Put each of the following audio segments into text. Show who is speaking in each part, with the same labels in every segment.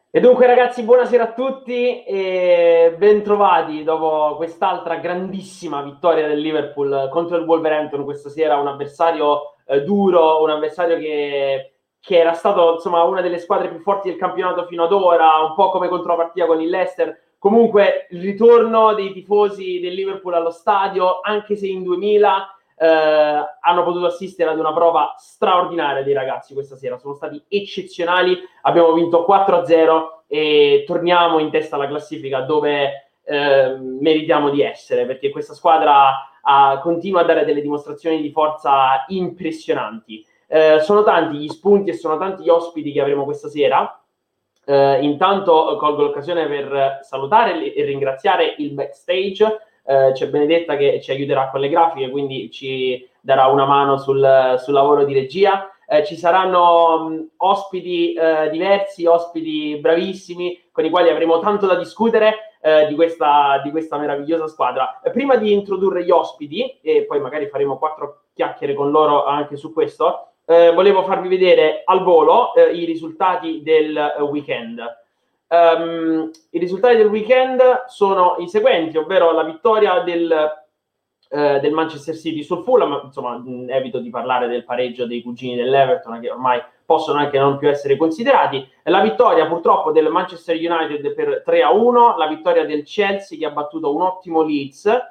Speaker 1: E dunque ragazzi, buonasera a tutti e bentrovati dopo quest'altra grandissima vittoria del Liverpool contro il Wolverhampton questa sera, un avversario duro, un avversario che era stato insomma una delle squadre più forti del campionato fino ad ora, un po' come contro la partita con il Leicester. Comunque il ritorno dei tifosi del Liverpool allo stadio, anche se in 2000 hanno potuto assistere ad una prova straordinaria dei ragazzi questa sera, sono stati eccezionali, abbiamo vinto 4-0 e torniamo in testa alla classifica dove meritiamo di essere, perché questa squadra continua a dare delle dimostrazioni di forza impressionanti. Sono tanti gli spunti e sono tanti gli ospiti che avremo questa sera. Intanto colgo l'occasione per salutare e ringraziare il backstage. C'è Benedetta che ci aiuterà con le grafiche, quindi ci darà una mano sul lavoro di regia. Ci saranno ospiti diversi, ospiti bravissimi, con i quali avremo tanto da discutere di questa meravigliosa squadra. Prima di introdurre gli ospiti, e poi magari faremo quattro chiacchiere con loro anche su questo, volevo farvi vedere al volo i risultati del weekend. I risultati del weekend sono i seguenti, ovvero la vittoria del Manchester City sul Fulham, insomma evito di parlare del pareggio dei cugini dell'Everton che ormai possono anche non più essere considerati, la vittoria purtroppo del Manchester United per 3-1, la vittoria del Chelsea che ha battuto un ottimo Leeds,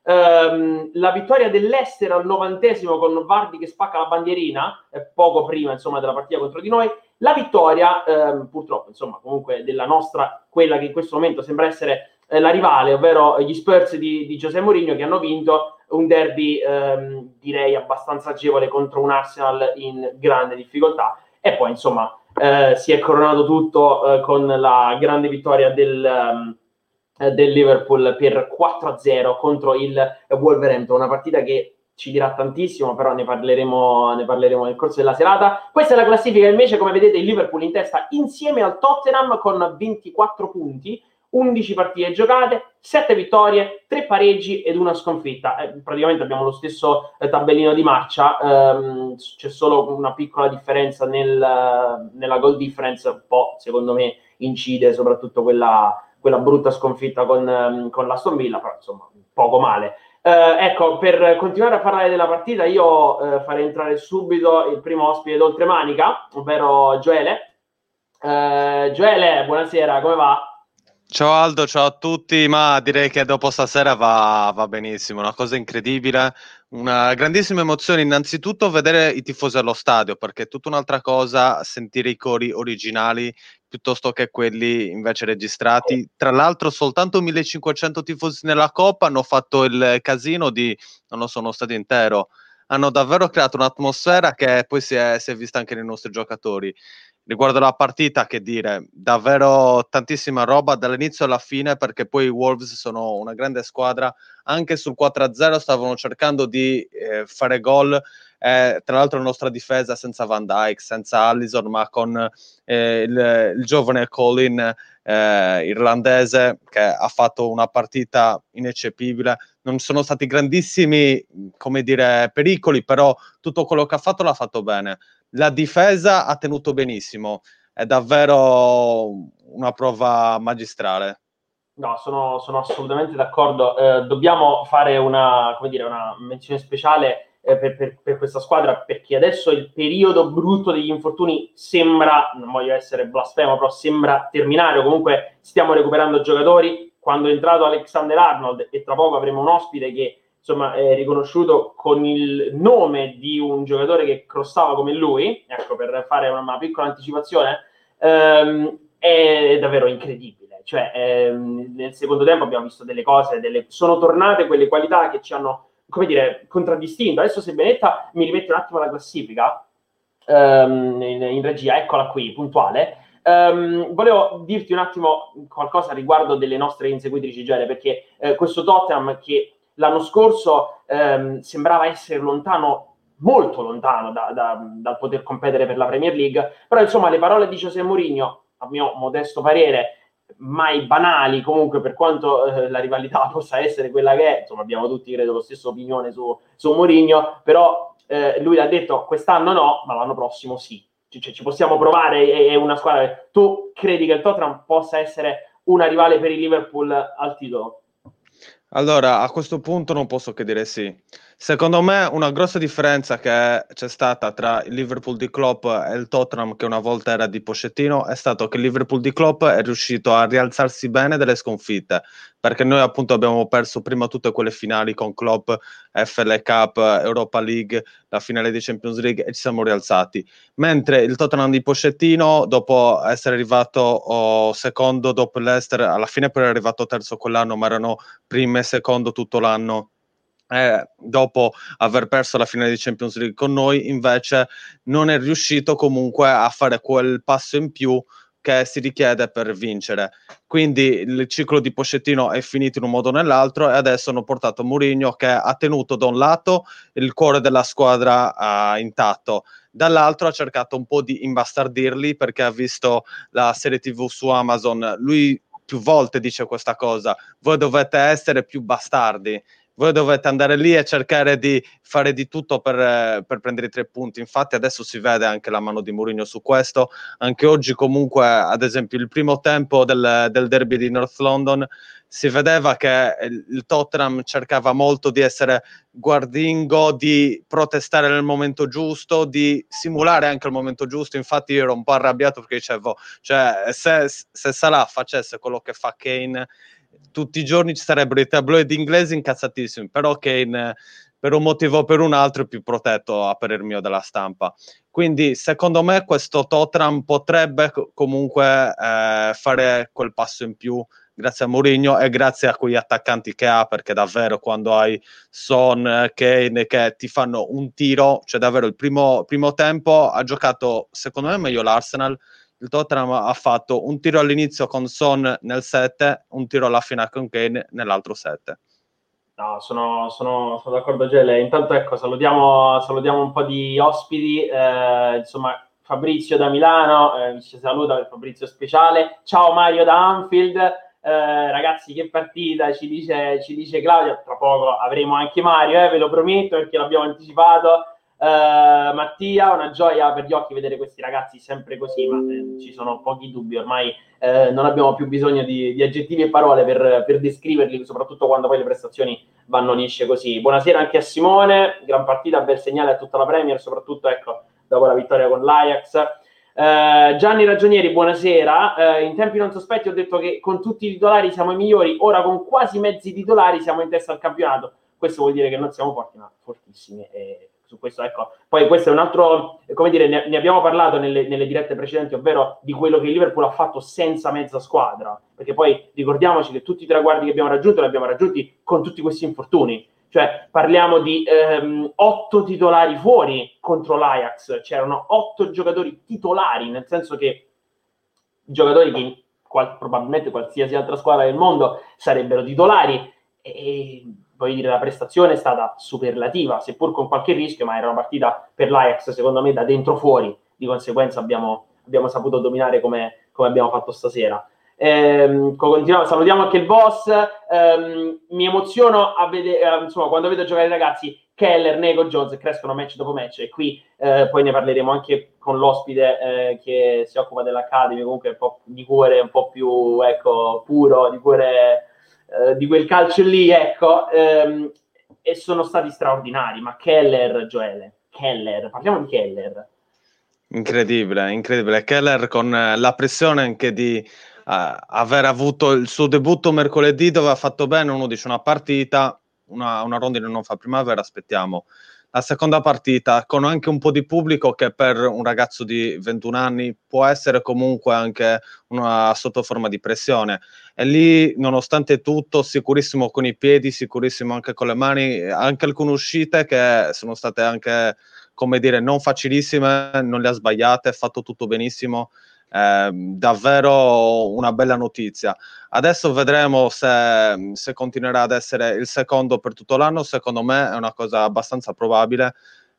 Speaker 1: la vittoria dell'Ester al 90° con Vardy che spacca la bandierina, poco prima insomma della partita contro di noi, la vittoria purtroppo insomma comunque della nostra, quella che in questo momento sembra essere la rivale, ovvero gli Spurs di José Mourinho, che hanno vinto un derby direi abbastanza agevole contro un Arsenal in grande difficoltà, e poi insomma si è coronato tutto con la grande vittoria del Liverpool per 4-0 contro il Wolverhampton, una partita che ci dirà tantissimo, però ne parleremo nel corso della serata. Questa è la classifica invece, come vedete il Liverpool in testa insieme al Tottenham con 24 punti, 11 partite giocate, 7 vittorie, 3 pareggi ed una sconfitta. Praticamente abbiamo lo stesso tabellino di marcia, c'è solo una piccola differenza nella goal difference, un po' secondo me incide soprattutto quella brutta sconfitta con l'Aston Villa, però insomma poco male. Ecco, per continuare a parlare della partita io farei entrare subito il primo ospite d'Oltremanica, ovvero Gioele. Gioele, buonasera, come va?
Speaker 2: Ciao Aldo, ciao a tutti, ma direi che dopo stasera va benissimo, una cosa incredibile, una grandissima emozione innanzitutto vedere i tifosi allo stadio, perché è tutta un'altra cosa sentire i cori originali piuttosto che quelli invece registrati. Tra l'altro soltanto 1500 tifosi nella Coppa hanno fatto il casino di, non lo so, uno stadio intero, hanno davvero creato un'atmosfera che poi si è vista anche nei nostri giocatori. Riguardo la partita, che dire, davvero tantissima roba dall'inizio alla fine, perché poi i Wolves sono una grande squadra, anche sul 4-0 stavano cercando di fare gol, tra l'altro la nostra difesa senza Van Dijk, senza Alisson, ma con il giovane Colin irlandese che ha fatto una partita ineccepibile. Non sono stati grandissimi, come dire, pericoli, però tutto quello che ha fatto l'ha fatto bene. La difesa ha tenuto benissimo, è davvero una prova magistrale.
Speaker 1: No, sono assolutamente d'accordo. Dobbiamo fare come dire, una menzione speciale per questa squadra, perché adesso il periodo brutto degli infortuni sembra, non voglio essere blasfemo, però sembra terminare, o comunque stiamo recuperando giocatori. Quando è entrato Alexander-Arnold, e tra poco avremo un ospite che insomma è riconosciuto con il nome di un giocatore che crossava come lui, ecco, per fare una piccola anticipazione, è davvero incredibile. Cioè, nel secondo tempo abbiamo visto delle cose, sono tornate quelle qualità che ci hanno, come dire, contraddistinto. Adesso se Benetta mi rimette un attimo la classifica in regia, eccola qui, puntuale. Volevo dirti un attimo qualcosa riguardo delle nostre inseguitrici Gele, perché questo Tottenham che l'anno scorso sembrava essere lontano, molto lontano dal poter competere per la Premier League, però insomma le parole di José Mourinho, a mio modesto parere, mai banali comunque, per quanto la rivalità possa essere quella che è, insomma abbiamo tutti credo lo stesso opinione su Mourinho, però lui ha detto quest'anno no, ma l'anno prossimo sì. ci possiamo provare, è una squadra. Tu credi che il Tottenham possa essere una rivale per il Liverpool al titolo?
Speaker 2: Allora, a questo punto non posso che dire sì. Secondo me una grossa differenza che c'è stata tra il Liverpool di Klopp e il Tottenham, che una volta era di Pochettino, è stato che il Liverpool di Klopp è riuscito a rialzarsi bene dalle sconfitte, perché noi appunto abbiamo perso prima tutte quelle finali con Klopp, FL Cup, Europa League, la finale di Champions League e ci siamo rialzati. Mentre il Tottenham di Pochettino, dopo essere arrivato secondo dopo l'Ester, alla fine poi è arrivato terzo quell'anno, ma erano primo e secondo tutto l'anno. Dopo aver perso la finale di Champions League con noi, invece non è riuscito comunque a fare quel passo in più che si richiede per vincere. Quindi il ciclo di Pochettino è finito in un modo o nell'altro e adesso hanno portato Mourinho, che ha tenuto da un lato il cuore della squadra intatto, dall'altro ha cercato un po' di imbastardirli, perché ha visto la serie TV su Amazon. Lui più volte dice questa cosa: voi dovete essere più bastardi, voi dovete andare lì e cercare di fare di tutto per prendere i 3 punti. Infatti adesso si vede anche la mano di Mourinho su questo. Anche oggi comunque, ad esempio, il primo tempo del derby di North London, si vedeva che il Tottenham cercava molto di essere guardingo, di protestare nel momento giusto, di simulare anche il momento giusto. Infatti io ero un po' arrabbiato perché dicevo, cioè, se Salah facesse quello che fa Kane, tutti i giorni ci sarebbero i tabloid inglesi incazzatissimi, però Kane per un motivo o per un altro è più protetto a parer mio dalla stampa. Quindi secondo me questo Tottenham potrebbe comunque fare quel passo in più grazie a Mourinho e grazie a quegli attaccanti che ha, perché davvero quando hai Son, Kane che ti fanno un tiro, cioè davvero il primo tempo ha giocato secondo me meglio l'Arsenal. Il Tottenham ha fatto un tiro all'inizio con Son nel 7, un tiro alla fine con Kane nell'altro 7.
Speaker 1: No, sono d'accordo, Gele. Intanto, ecco, salutiamo un po' di ospiti. Insomma, Fabrizio da Milano, ci saluta per Fabrizio speciale. Ciao Mario da Anfield. Ragazzi, che partita, ci dice Claudia. Tra poco avremo anche Mario, ve lo prometto, perché l'abbiamo anticipato. Mattia, una gioia per gli occhi vedere questi ragazzi sempre così, ma ci sono pochi dubbi ormai. Non abbiamo più bisogno di aggettivi e parole per descriverli, soprattutto quando poi le prestazioni vanno lisce così. Buonasera anche a Simone, gran partita, bel segnale a tutta la Premier, soprattutto ecco, dopo la vittoria con l'Ajax. Gianni Ragionieri, buonasera. In tempi non sospetti ho detto che con tutti i titolari siamo i migliori, ora con quasi mezzi titolari siamo in testa al campionato. Questo vuol dire che non siamo forti, ma fortissimi. Su questo, ecco. Poi questo è un altro, come dire, ne abbiamo parlato nelle dirette precedenti, ovvero di quello che il Liverpool ha fatto senza mezza squadra, perché poi ricordiamoci che tutti i traguardi che abbiamo raggiunto li abbiamo raggiunti con tutti questi infortuni. Cioè, parliamo di 8 titolari fuori contro l'Ajax, c'erano 8 giocatori titolari, nel senso che giocatori che probabilmente qualsiasi altra squadra del mondo sarebbero titolari, e voglio dire, la prestazione è stata superlativa, seppur con qualche rischio, ma era una partita per l'Ajax secondo me da dentro fuori, di conseguenza abbiamo saputo dominare come abbiamo fatto stasera. Salutiamo anche il boss. Mi emoziono a vedere, insomma, quando vedo giocare i ragazzi Keller, Nego, Jones, crescono match dopo match, e qui poi ne parleremo anche con l'ospite che si occupa dell'Academy, comunque un po' di cuore un po' più, ecco, puro, di cuore di quel calcio lì, ecco, e sono stati straordinari. Ma Keller, Joele, parliamo di Keller.
Speaker 2: Incredibile, incredibile. Keller con la pressione anche di aver avuto il suo debutto mercoledì, dove ha fatto bene, uno dice una partita, una rondine non fa primavera, aspettiamo la seconda partita, con anche un po' di pubblico, che per un ragazzo di 21 anni può essere comunque anche una sottoforma di pressione. E lì, nonostante tutto, sicurissimo con i piedi, sicurissimo anche con le mani, anche alcune uscite che sono state anche, come dire, non facilissime, non le ha sbagliate, ha fatto tutto benissimo. Davvero una bella notizia. Adesso vedremo se continuerà ad essere il secondo per tutto l'anno. Secondo me è una cosa abbastanza probabile,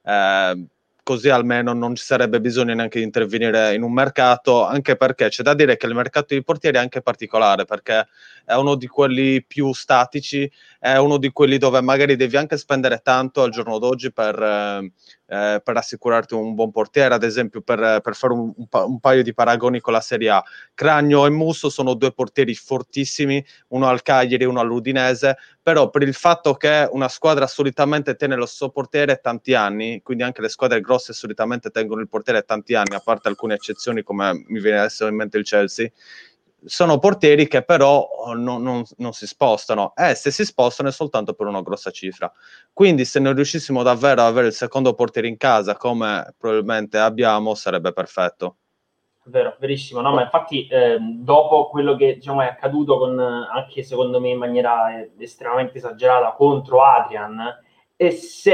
Speaker 2: così almeno non ci sarebbe bisogno neanche di intervenire in un mercato, anche perché c'è da dire che il mercato dei portieri è anche particolare, perché è uno di quelli più statici, è uno di quelli dove magari devi anche spendere tanto al giorno d'oggi per per assicurarti un buon portiere, ad esempio per fare un paio di paragoni con la Serie A. Cragno e Musso sono due portieri fortissimi, uno al Cagliari e uno all'Udinese, però per il fatto che una squadra solitamente tiene lo stesso portiere tanti anni, quindi anche le squadre grosse solitamente tengono il portiere tanti anni, a parte alcune eccezioni come mi viene adesso in mente il Chelsea, sono portieri che però non si spostano, e se si spostano è soltanto per una grossa cifra. Quindi se noi riuscissimo davvero ad avere il secondo portiere in casa, come probabilmente abbiamo, sarebbe perfetto.
Speaker 1: Vero, verissimo, no, ma infatti dopo quello che diciamo è accaduto con, anche secondo me in maniera estremamente esagerata contro Adrian, è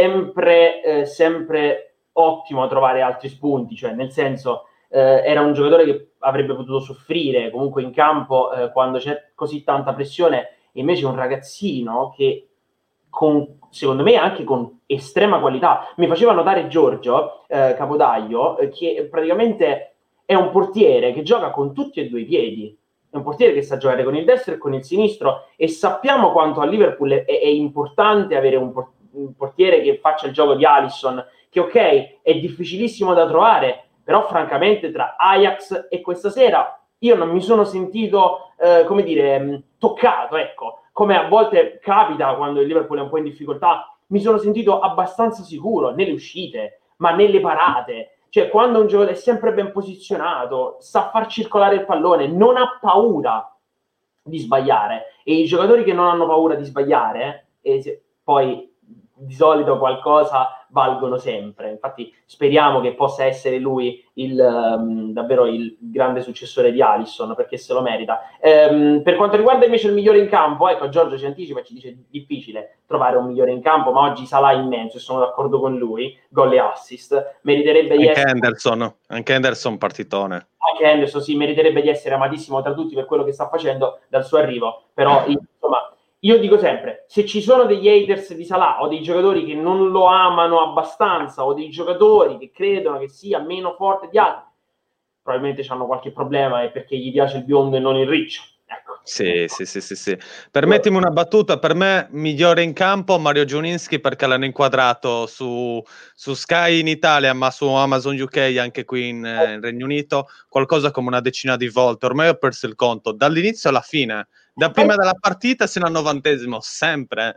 Speaker 1: sempre ottimo trovare altri spunti, cioè nel senso era un giocatore che avrebbe potuto soffrire comunque in campo quando c'è così tanta pressione, e invece è un ragazzino che secondo me anche con estrema qualità. Mi faceva notare Giorgio Capodaglio che praticamente è un portiere che gioca con tutti e due i piedi, è un portiere che sa giocare con il destro e con il sinistro, e sappiamo quanto a Liverpool è importante avere un portiere che faccia il gioco di Alisson, che ok, è difficilissimo da trovare, però francamente tra Ajax e questa sera io non mi sono sentito, come dire, toccato, ecco, come a volte capita quando il Liverpool è un po' in difficoltà, mi sono sentito abbastanza sicuro nelle uscite, ma nelle parate. Cioè, quando un giocatore è sempre ben posizionato, sa far circolare il pallone, non ha paura di sbagliare. E i giocatori che non hanno paura di sbagliare, poi di solito qualcosa valgono sempre. Infatti speriamo che possa essere lui davvero il grande successore di Alisson, perché se lo merita. Per quanto riguarda invece il migliore in campo, ecco, Giorgio ci anticipa, ci dice difficile trovare un migliore in campo, ma oggi Salah immenso, e sono d'accordo con lui, gol e assist, meriterebbe di essere...
Speaker 2: Anche Henderson partitone.
Speaker 1: Anche Henderson sì, meriterebbe di essere amatissimo tra tutti per quello che sta facendo dal suo arrivo, però insomma, io dico sempre, se ci sono degli haters di Salah o dei giocatori che non lo amano abbastanza o dei giocatori che credono che sia meno forte di altri, probabilmente hanno qualche problema, è perché gli piace il biondo e non il riccio. Ecco.
Speaker 2: Sì. Permettimi una battuta, per me migliore in campo Mario Giuninski, perché l'hanno inquadrato su Sky in Italia, ma su Amazon UK anche qui in Regno Unito, qualcosa come una decina di volte. Ormai ho perso il conto, dall'inizio alla fine, da prima della partita sino al 90°, sempre.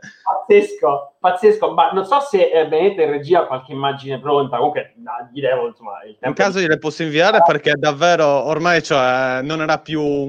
Speaker 1: Pazzesco, ma non so se Benedetta in regia ha qualche immagine pronta, comunque gli devo, insomma, il tempo.
Speaker 2: In caso gliele posso inviare, perché davvero ormai, cioè, non era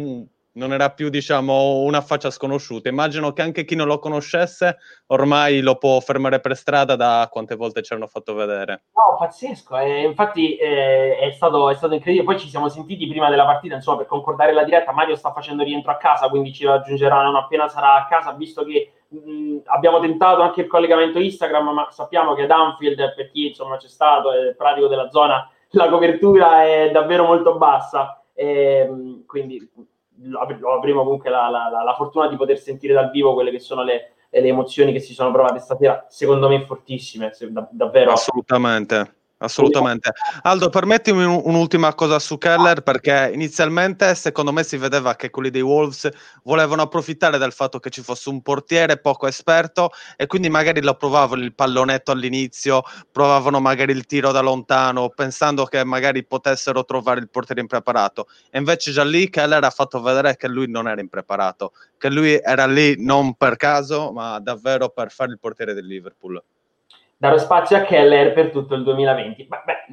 Speaker 2: più, diciamo, una faccia sconosciuta. Immagino che anche chi non lo conoscesse ormai lo può fermare per strada da quante volte ci hanno fatto vedere.
Speaker 1: No, pazzesco, infatti è stato incredibile. Poi ci siamo sentiti prima della partita, insomma, per concordare la diretta. Mario sta facendo rientro a casa, quindi ci raggiungerà non appena sarà a casa, visto che abbiamo tentato anche il collegamento Instagram, ma sappiamo che ad Anfield, per chi insomma c'è stato, è pratico della zona, la copertura è davvero molto bassa, quindi avremo comunque la fortuna di poter sentire dal vivo quelle che sono le emozioni che si sono provate stasera, secondo me fortissime, davvero.
Speaker 2: Assolutamente. Aldo, permettimi un'ultima cosa su Keller, perché inizialmente secondo me si vedeva che quelli dei Wolves volevano approfittare del fatto che ci fosse un portiere poco esperto e quindi magari lo provavano il pallonetto all'inizio, provavano magari il tiro da lontano, pensando che magari potessero trovare il portiere impreparato. E invece già lì Keller ha fatto vedere che lui non era impreparato, che lui era lì non per caso, ma davvero per fare il portiere del Liverpool.
Speaker 1: Darò spazio a Keller per tutto il 2020.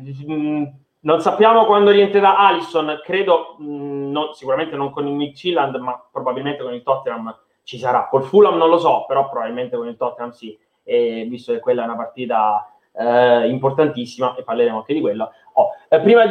Speaker 1: Non sappiamo quando rientrerà Alisson, credo sicuramente non con il Midtjylland, ma probabilmente con il Tottenham ci sarà. Col Fulham non lo so, però probabilmente con il Tottenham sì, visto che quella è una partita importantissima, e parleremo anche di quello. Prima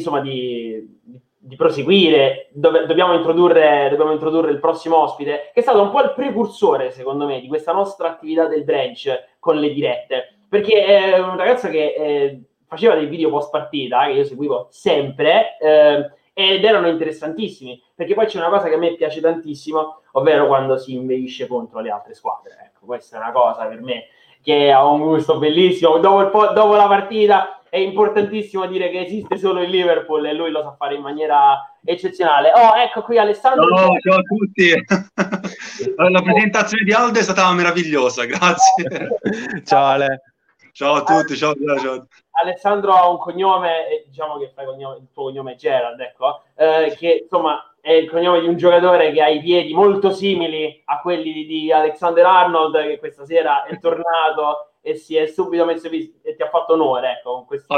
Speaker 1: di proseguire, dobbiamo introdurre il prossimo ospite, che è stato un po' il precursore, secondo me, di questa nostra attività del branch con le dirette, perché è un ragazzo che faceva dei video post partita, che io seguivo sempre, ed erano interessantissimi, perché poi c'è una cosa che a me piace tantissimo, ovvero quando si inveisce contro le altre squadre. Ecco, questa è una cosa per me che ha un gusto bellissimo. Dopo la partita è importantissimo dire che esiste solo il Liverpool e lui lo sa fare in maniera eccezionale. Ecco qui Alessandro.
Speaker 3: Ciao a tutti. La presentazione di Aldo è stata meravigliosa, grazie.
Speaker 2: Ciao Ale.
Speaker 3: Ciao a tutti, ciao.
Speaker 1: Alessandro ha un cognome, diciamo che il tuo cognome è Gerald, ecco, che insomma è il cognome di un giocatore che ha i piedi molto simili a quelli di Alexander Arnold, che questa sera è tornato e si è subito messo e ti ha fatto onore, ecco, con questo.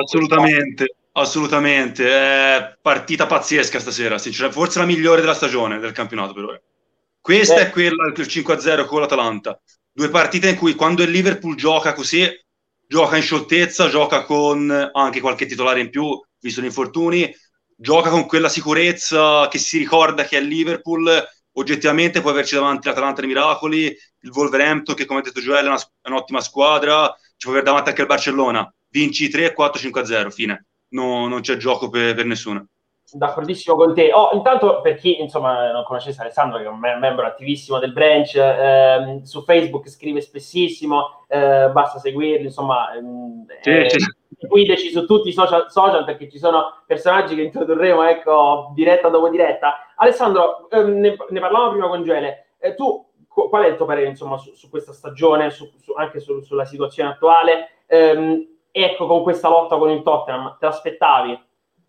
Speaker 3: Assolutamente. Partita pazzesca stasera, forse la migliore della stagione del campionato per ora. Questa è quella, il 5-0 con l'Atalanta. 2 partite in cui quando il Liverpool gioca così, gioca in scioltezza, gioca con anche qualche titolare in più, visto gli infortuni, gioca con quella sicurezza che si ricorda che è il Liverpool. Oggettivamente può averci davanti l'Atalanta dei miracoli, il Wolverhampton che, come ha detto Joel, è un'ottima squadra, ci può avere davanti anche il Barcellona. Vinci 3-4-5-0, fine. No, non c'è gioco per nessuno.
Speaker 1: D'accordissimo con te. Intanto, per chi insomma non conoscesse Alessandro, che è un membro attivissimo del branch, su Facebook scrive spessissimo, basta seguirlo, insomma, seguiteci su tutti i social perché ci sono personaggi che introdurremo, ecco, diretta dopo diretta. Alessandro, ne parlavamo prima con Gioele, tu qual è il tuo parere, insomma, su questa stagione, anche sulla situazione attuale? Ecco, con questa lotta con il Tottenham, te l'aspettavi?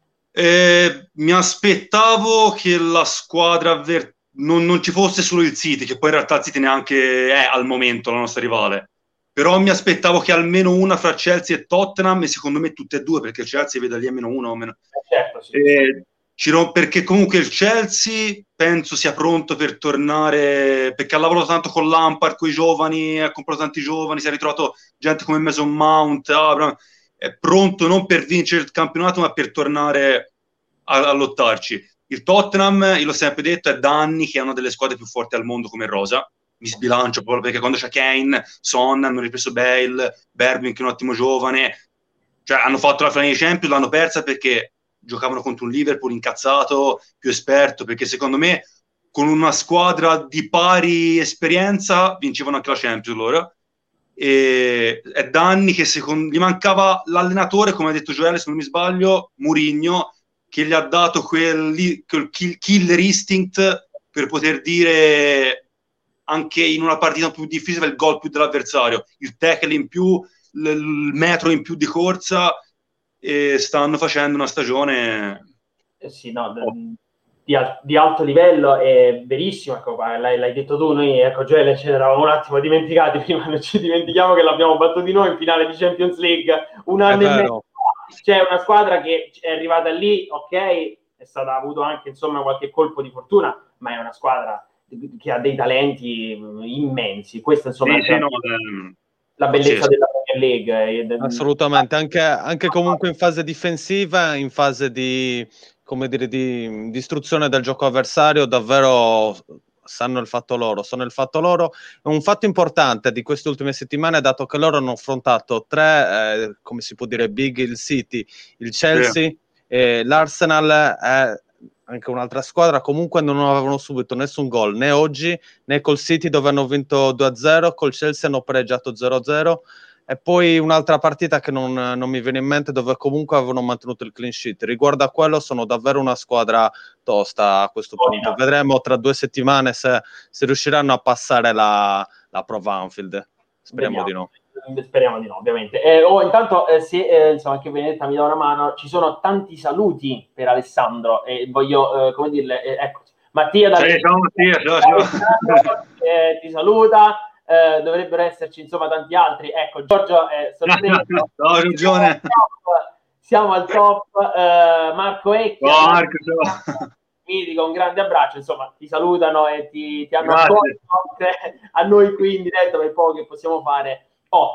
Speaker 3: Mi aspettavo che la squadra non ci fosse solo il City, che poi in realtà il City neanche è al momento la nostra rivale, però mi aspettavo che almeno una fra Chelsea e Tottenham, e secondo me tutte e due, perché il Chelsea vede lì almeno uno o meno.
Speaker 1: Certo, sì.
Speaker 3: Perché comunque il Chelsea penso sia pronto per tornare, perché ha lavorato tanto con Lampard, con i giovani, ha comprato tanti giovani, si è ritrovato gente come Mason Mount, Abraham, è pronto non per vincere il campionato ma per tornare a lottarci. Il Tottenham, io l'ho sempre detto, è da anni che è una delle squadre più forti al mondo come rosa. Mi sbilancio proprio perché quando c'è Kane, Son, hanno ripreso Bale, Bergwijn che è un ottimo giovane, cioè hanno fatto la finale di Champions, l'hanno persa perché giocavano contro un Liverpool incazzato, più esperto, perché secondo me con una squadra di pari esperienza vincevano anche la Champions loro. E è da anni che gli mancava l'allenatore, come ha detto Joel, se non mi sbaglio, Mourinho, che gli ha dato quel killer instinct per poter dire anche in una partita più difficile il gol più dell'avversario, il tackle in più, il metro in più di corsa, e stanno facendo una stagione
Speaker 1: sì, no, di alto livello, è verissimo, ecco, l'hai detto tu, noi, ecco, Gioele, ce l'eravamo un attimo dimenticati prima, non ci dimentichiamo che l'abbiamo battuto di noi in finale di Champions League un anno e mezzo fa. C'è una squadra che è arrivata lì, ok, ha avuto anche, insomma, qualche colpo di fortuna, ma è una squadra che ha dei talenti immensi. Questa, insomma,
Speaker 3: sì,
Speaker 1: la bellezza della Premier League.
Speaker 2: Assolutamente, anche comunque in fase difensiva, in fase di, come dire, di distruzione del gioco avversario, davvero sono il fatto loro. È un fatto importante di queste ultime settimane, dato che loro hanno affrontato 3, come si può dire, big, il City, il Chelsea, l'Arsenal è anche un'altra squadra. Comunque non avevano subito nessun gol né oggi né col City, dove hanno vinto 2-0, col Chelsea hanno pareggiato 0-0, e poi un'altra partita che non mi viene in mente, dove comunque avevano mantenuto il clean sheet. Riguardo a quello, sono davvero una squadra tosta a questo punto. Vedremo tra 2 settimane se riusciranno a passare la prova Anfield. Speriamo di no.
Speaker 1: Speriamo di no, ovviamente. Intanto, se insomma, anche Benedetta mi dà una mano, ci sono tanti saluti per Alessandro e voglio, come dirle, eccoci. Mattia da ti saluta, dovrebbero esserci, insomma, tanti altri. Ecco, Giorgio è sorpreso.
Speaker 3: Ciao, Giorgione.
Speaker 1: Siamo al top. Marco Ecchia.
Speaker 3: Ciao, Marco, ciao.
Speaker 1: Mi dico un grande abbraccio, insomma, ti salutano e ti hanno accolto a noi qui in diretta per poco che possiamo fare.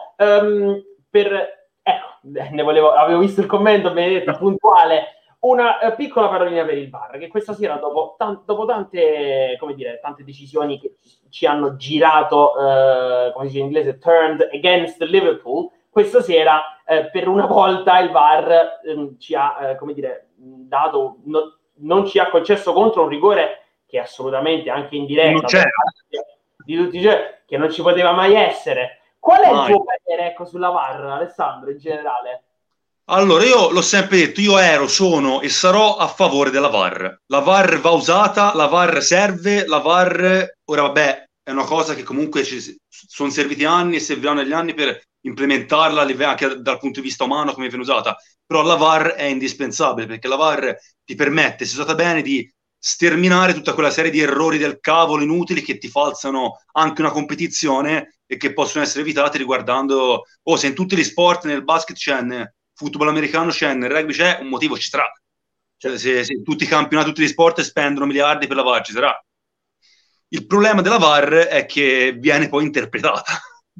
Speaker 1: Avevo visto il commento, Benedetta, puntuale. Una piccola parolina per il VAR, che questa sera, dopo tante, come dire, tante decisioni che ci hanno girato, come si dice in inglese, turned against Liverpool, questa sera per una volta il VAR ci ha, come dire, dato, non ci ha concesso contro un rigore che assolutamente anche in diretta di tutti i giorni, che non ci poteva mai essere. Qual è il tuo parere, ecco, sulla VAR, Alessandro, in generale?
Speaker 3: Allora, io l'ho sempre detto, sono e sarò a favore della VAR. La VAR va usata, la VAR serve, la VAR, ora vabbè, è una cosa che comunque sono serviti anni e serviranno negli anni per implementarla anche dal punto di vista umano come viene usata, però la VAR è indispensabile, perché la VAR ti permette, se usata bene, di sterminare tutta quella serie di errori del cavolo inutili che ti falsano anche una competizione e che possono essere evitati riguardando, se in tutti gli sport, nel basket c'è, nel football americano c'è, nel rugby c'è, un motivo ci sarà. Cioè, se tutti i campionati, tutti gli sport spendono miliardi per la VAR, ci sarà. Il problema della VAR è che viene poi interpretata.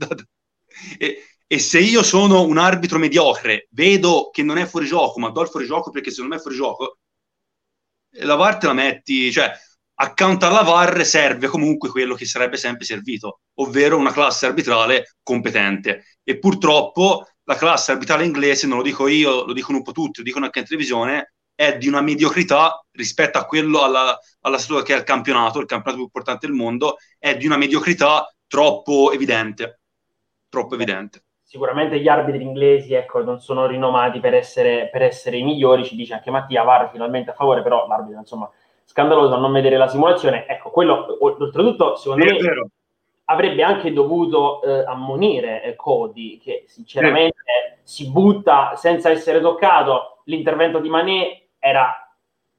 Speaker 3: E se io sono un arbitro mediocre, vedo che non è fuori gioco, ma do il fuori gioco perché secondo me è fuori gioco, la VAR te la metti, cioè accanto alla VAR serve comunque quello che sarebbe sempre servito, ovvero una classe arbitrale competente. E purtroppo la classe arbitrale inglese, non lo dico io, lo dicono un po' tutti, lo dicono anche in televisione, è di una mediocrità rispetto a quello alla statua che è il campionato più importante del mondo, è di una mediocrità troppo evidente. Troppo evidente.
Speaker 1: Sicuramente gli arbitri inglesi, ecco, non sono rinomati per essere i migliori, ci dice anche Mattia, VAR finalmente a favore, però l'arbitro, insomma, scandaloso a non vedere la simulazione. Ecco, quello, oltretutto, secondo me, avrebbe anche dovuto ammonire Cody, che sinceramente si butta senza essere toccato. L'intervento di Mané era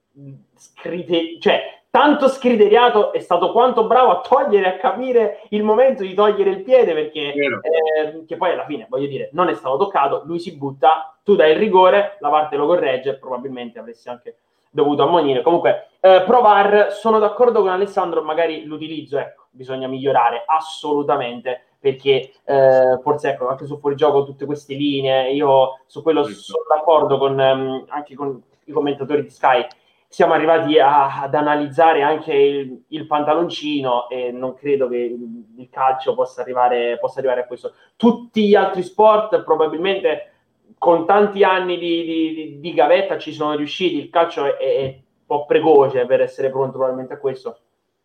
Speaker 1: tanto scriteriato, è stato quanto bravo a togliere, a capire il momento di togliere il piede, perché che poi alla fine, voglio dire, non è stato toccato, lui si butta, tu dai il rigore, la parte lo corregge, probabilmente avresti anche dovuto ammonire. Comunque, pro VAR, sono d'accordo con Alessandro, magari l'utilizzo, ecco, bisogna migliorare assolutamente, perché forse, ecco, anche su fuorigioco tutte queste linee, io su quello sono d'accordo anche con i commentatori di Sky. Siamo arrivati ad analizzare anche il pantaloncino, e non credo che il calcio possa arrivare a questo. Tutti gli altri sport probabilmente con tanti anni di gavetta ci sono riusciti. Il calcio è un po' precoce per essere pronto probabilmente a questo.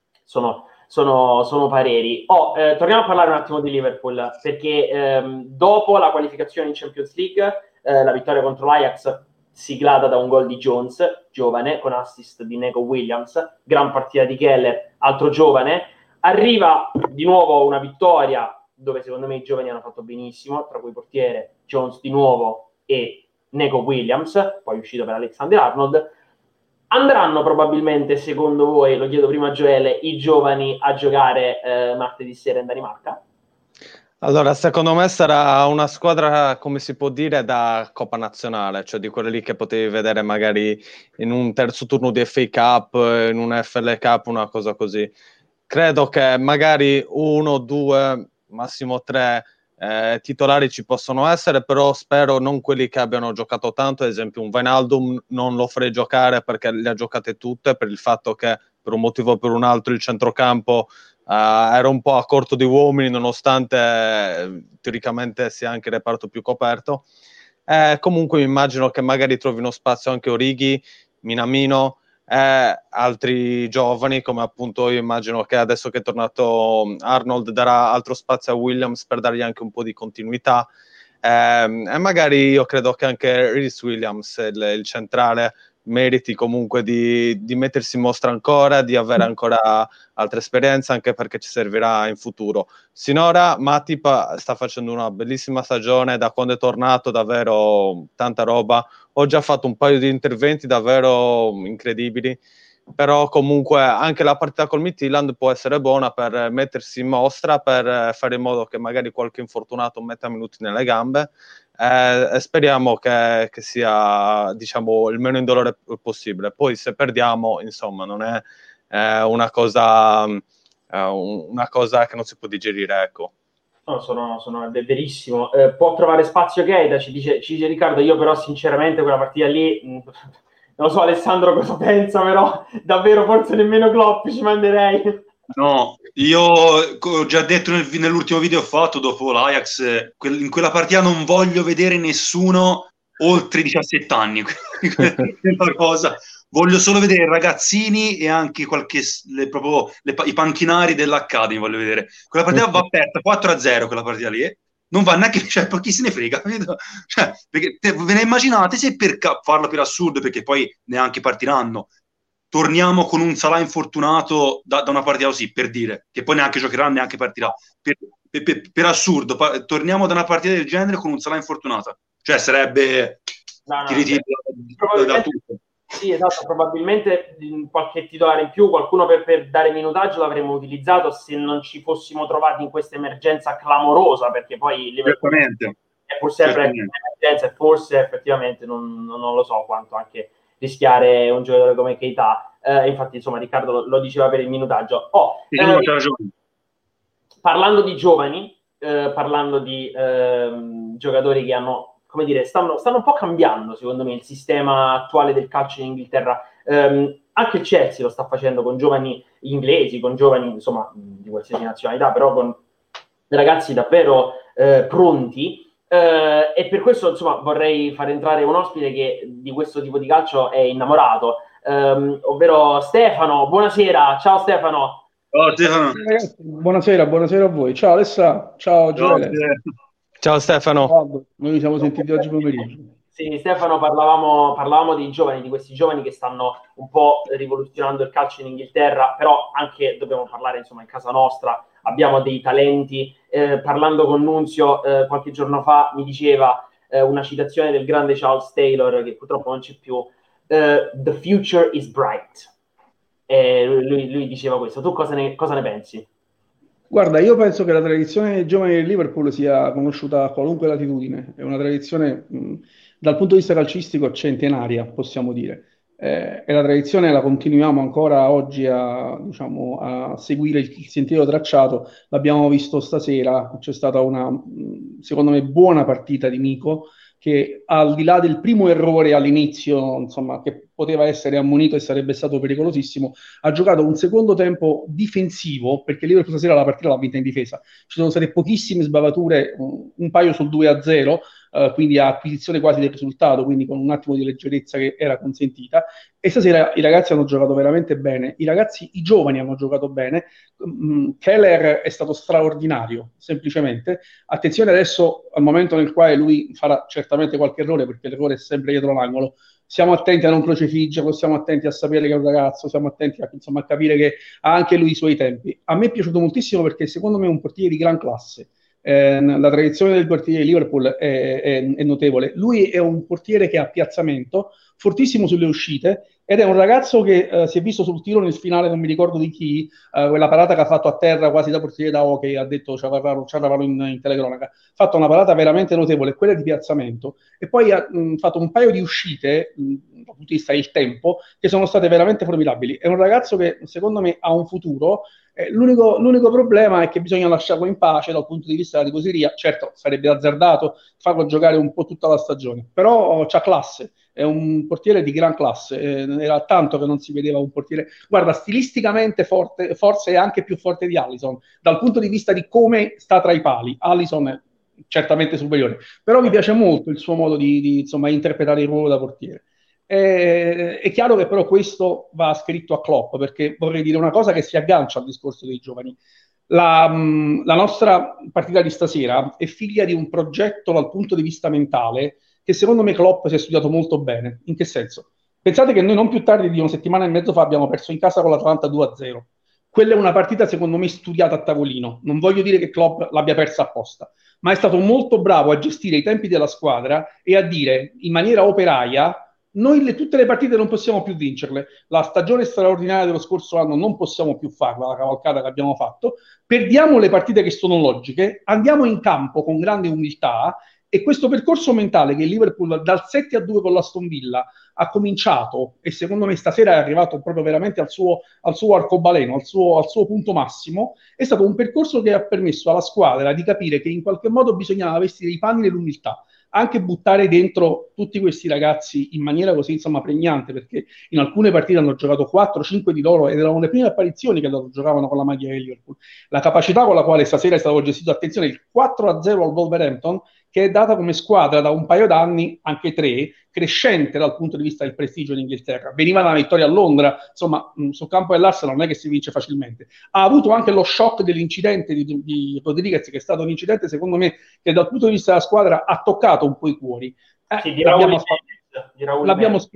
Speaker 1: Sono pareri. Torniamo a parlare un attimo di Liverpool, perché dopo la qualificazione in Champions League, la vittoria contro l'Ajax siglata da un gol di Jones, giovane, con assist di Neco Williams, gran partita di Keller, altro giovane, arriva di nuovo una vittoria dove secondo me i giovani hanno fatto benissimo, tra cui portiere Jones di nuovo e Neco Williams, poi uscito per Alexander-Arnold. Andranno probabilmente, secondo voi, lo chiedo prima a Gioele, i giovani a giocare martedì sera in Danimarca?
Speaker 2: Allora, secondo me sarà una squadra, come si può dire, da Coppa Nazionale, cioè di quelle lì che potevi vedere magari in un terzo turno di FA Cup, in un FL Cup, una cosa così. Credo che magari 1, 2, massimo 3 titolari ci possono essere, però spero non quelli che abbiano giocato tanto. Ad esempio un Wijnaldum non lo farei giocare perché le ha giocate tutte, per il fatto che per un motivo o per un altro il centrocampo era un po' a corto di uomini, nonostante teoricamente sia anche il reparto più coperto. Comunque mi immagino che magari trovino spazio anche Origi, Minamino, altri giovani, come appunto io immagino che adesso che è tornato Arnold darà altro spazio a Williams per dargli anche un po' di continuità, e magari io credo che anche Rhys Williams, il centrale, meriti comunque di mettersi in mostra ancora, di avere ancora altre esperienze, anche perché ci servirà in futuro. Sinora Matip sta facendo una bellissima stagione, da quando è tornato davvero tanta roba. Ho già fatto un paio di interventi davvero incredibili, però comunque anche la partita col Midtjylland può essere buona per mettersi in mostra, per fare in modo che magari qualche infortunato metta minuti nelle gambe, e speriamo che sia, diciamo, il meno indolore possibile. Poi se perdiamo, insomma, non è una cosa che non si può digerire, ecco.
Speaker 1: No, è verissimo. Può trovare spazio Keita, ci dice Riccardo. Io però sinceramente quella partita lì, non lo so Alessandro cosa pensa, però davvero forse nemmeno Klopp ci manderei.
Speaker 3: No, io ho già detto nell'ultimo video ho fatto dopo l'Ajax, in quella partita non voglio vedere nessuno oltre i 17 anni. Cosa. Voglio solo vedere ragazzini e anche proprio i panchinari dell'Academy, voglio vedere. Quella partita va aperta 4-0, quella partita lì. Non va neanche, cioè, chi se ne frega, cioè, perché ve ne immaginate se per farlo per assurdo, perché poi neanche partiranno, torniamo con un Salah infortunato da una partita così, per dire, che poi neanche giocherà, neanche partirà. Per assurdo, torniamo da una partita del genere con un Salah infortunato. Cioè sarebbe... ti ritiri da tutto.
Speaker 1: Sì, esatto, probabilmente qualche titolare in più, qualcuno per dare minutaggio l'avremmo utilizzato se non ci fossimo trovati in questa emergenza clamorosa, perché poi Liverpool è pur sempre in emergenza e forse effettivamente non lo so quanto anche rischiare un giocatore come Keita. Infatti, insomma, Riccardo lo diceva per il minutaggio. Parlando di giovani, parlando di giocatori che hanno, come dire, stanno un po' cambiando, secondo me, il sistema attuale del calcio in Inghilterra. Anche il Chelsea lo sta facendo con giovani inglesi, con giovani, insomma, di qualsiasi nazionalità, però con ragazzi davvero pronti. E per questo, insomma, vorrei far entrare un ospite che di questo tipo di calcio è innamorato, ovvero Stefano. Buonasera, ciao Stefano.
Speaker 3: Ciao Stefano.
Speaker 4: Buonasera a voi. Ciao Alessà, ciao Gioele.
Speaker 2: Ciao Stefano.
Speaker 4: Ciao. Noi ci siamo sentiti oggi pomeriggio.
Speaker 1: Sì, Stefano, parlavamo dei giovani, di questi giovani che stanno un po' rivoluzionando il calcio in Inghilterra, però anche dobbiamo parlare, insomma, in casa nostra abbiamo dei talenti. Parlando con Nunzio qualche giorno fa mi diceva una citazione del grande Charles Taylor, che purtroppo non c'è più, "The future is bright". Lui diceva questo. Tu cosa ne pensi?
Speaker 4: Guarda, io penso che la tradizione dei giovani del Liverpool sia conosciuta a qualunque latitudine, è una tradizione dal punto di vista calcistico centenaria, possiamo dire. E la tradizione la continuiamo ancora oggi diciamo, a seguire il sentiero tracciato. L'abbiamo visto stasera, c'è stata una, secondo me, buona partita di Nico, che al di là del primo errore all'inizio, insomma, che poteva essere ammonito e sarebbe stato pericolosissimo, ha giocato un secondo tempo difensivo, perché Liverpool stasera la partita l'ha vinta in difesa. Ci sono state pochissime sbavature, un paio sul 2-0, quindi a acquisizione quasi del risultato, quindi con un attimo di leggerezza che era consentita. E stasera i ragazzi hanno giocato veramente bene, i giovani hanno giocato bene. Keller è stato straordinario, semplicemente. Attenzione adesso al momento nel quale lui farà certamente qualche errore, perché l'errore è sempre dietro l'angolo. Siamo attenti a non crocefiggerlo, stiamo attenti a sapere che è un ragazzo, siamo attenti a capire che ha anche lui i suoi tempi. A me è piaciuto moltissimo perché secondo me è un portiere di gran classe. La tradizione del portiere di Liverpool è notevole. Lui è un portiere che ha piazzamento, fortissimo sulle uscite, ed è un ragazzo che si è visto sul tiro nel finale, non mi ricordo di chi, quella parata che ha fatto a terra quasi da portiere da hockey, ha detto, ci avevano in telecronaca, ha fatto una parata veramente notevole, quella di piazzamento, e poi ha fatto un paio di uscite, dal punto di vista del tempo, che sono state veramente formidabili. È un ragazzo che secondo me ha un futuro. L'unico problema è che bisogna lasciarlo in pace dal punto di vista della tifoseria. Certo, sarebbe azzardato farlo giocare un po' tutta la stagione, però c'ha classe, è un portiere di gran classe. Era tanto che non si vedeva un portiere, guarda, stilisticamente forte, forse è anche più forte di Alisson, dal punto di vista di come sta tra i pali. Alisson è certamente superiore, però mi piace molto il suo modo di insomma, interpretare il ruolo da portiere. È chiaro che però questo va scritto a Klopp, perché vorrei dire una cosa che si aggancia al discorso dei giovani. La nostra partita di stasera è figlia di un progetto dal punto di vista mentale che secondo me Klopp si è studiato molto bene. In che senso? Pensate che noi non più tardi di una settimana e mezzo fa abbiamo perso in casa con l'Atalanta 2-0. Quella è una partita secondo me studiata a tavolino. Non voglio dire che Klopp l'abbia persa apposta, ma è stato molto bravo a gestire i tempi della squadra e a dire in maniera operaia: noi tutte le partite non possiamo più vincerle, la stagione straordinaria dello scorso anno non possiamo più farla, la cavalcata che abbiamo fatto, perdiamo le partite che sono logiche, andiamo in campo con grande umiltà, e questo percorso mentale che il Liverpool dal 7-2 con l'Aston Villa ha cominciato, e secondo me stasera è arrivato proprio veramente al suo arcobaleno, al suo punto massimo, è stato un percorso che ha permesso alla squadra di capire che in qualche modo bisognava vestire i panni dell'umiltà, anche buttare dentro tutti questi ragazzi in maniera così, insomma, pregnante, perché in alcune partite hanno giocato 4-5 di loro ed erano le prime apparizioni che loro giocavano con la maglia di Liverpool. La capacità con la quale stasera è stato gestito, attenzione, il 4-0 al Wolverhampton, che è data come squadra da un paio d'anni, anche 3, crescente dal punto di vista del prestigio in Inghilterra. Veniva da una vittoria a Londra, insomma, sul campo dell'Arsenal non è che si vince facilmente. Ha avuto anche lo shock dell'incidente di Rodriguez, che è stato un incidente, secondo me, che dal punto di vista della squadra ha toccato un po' i cuori.
Speaker 1: Sì,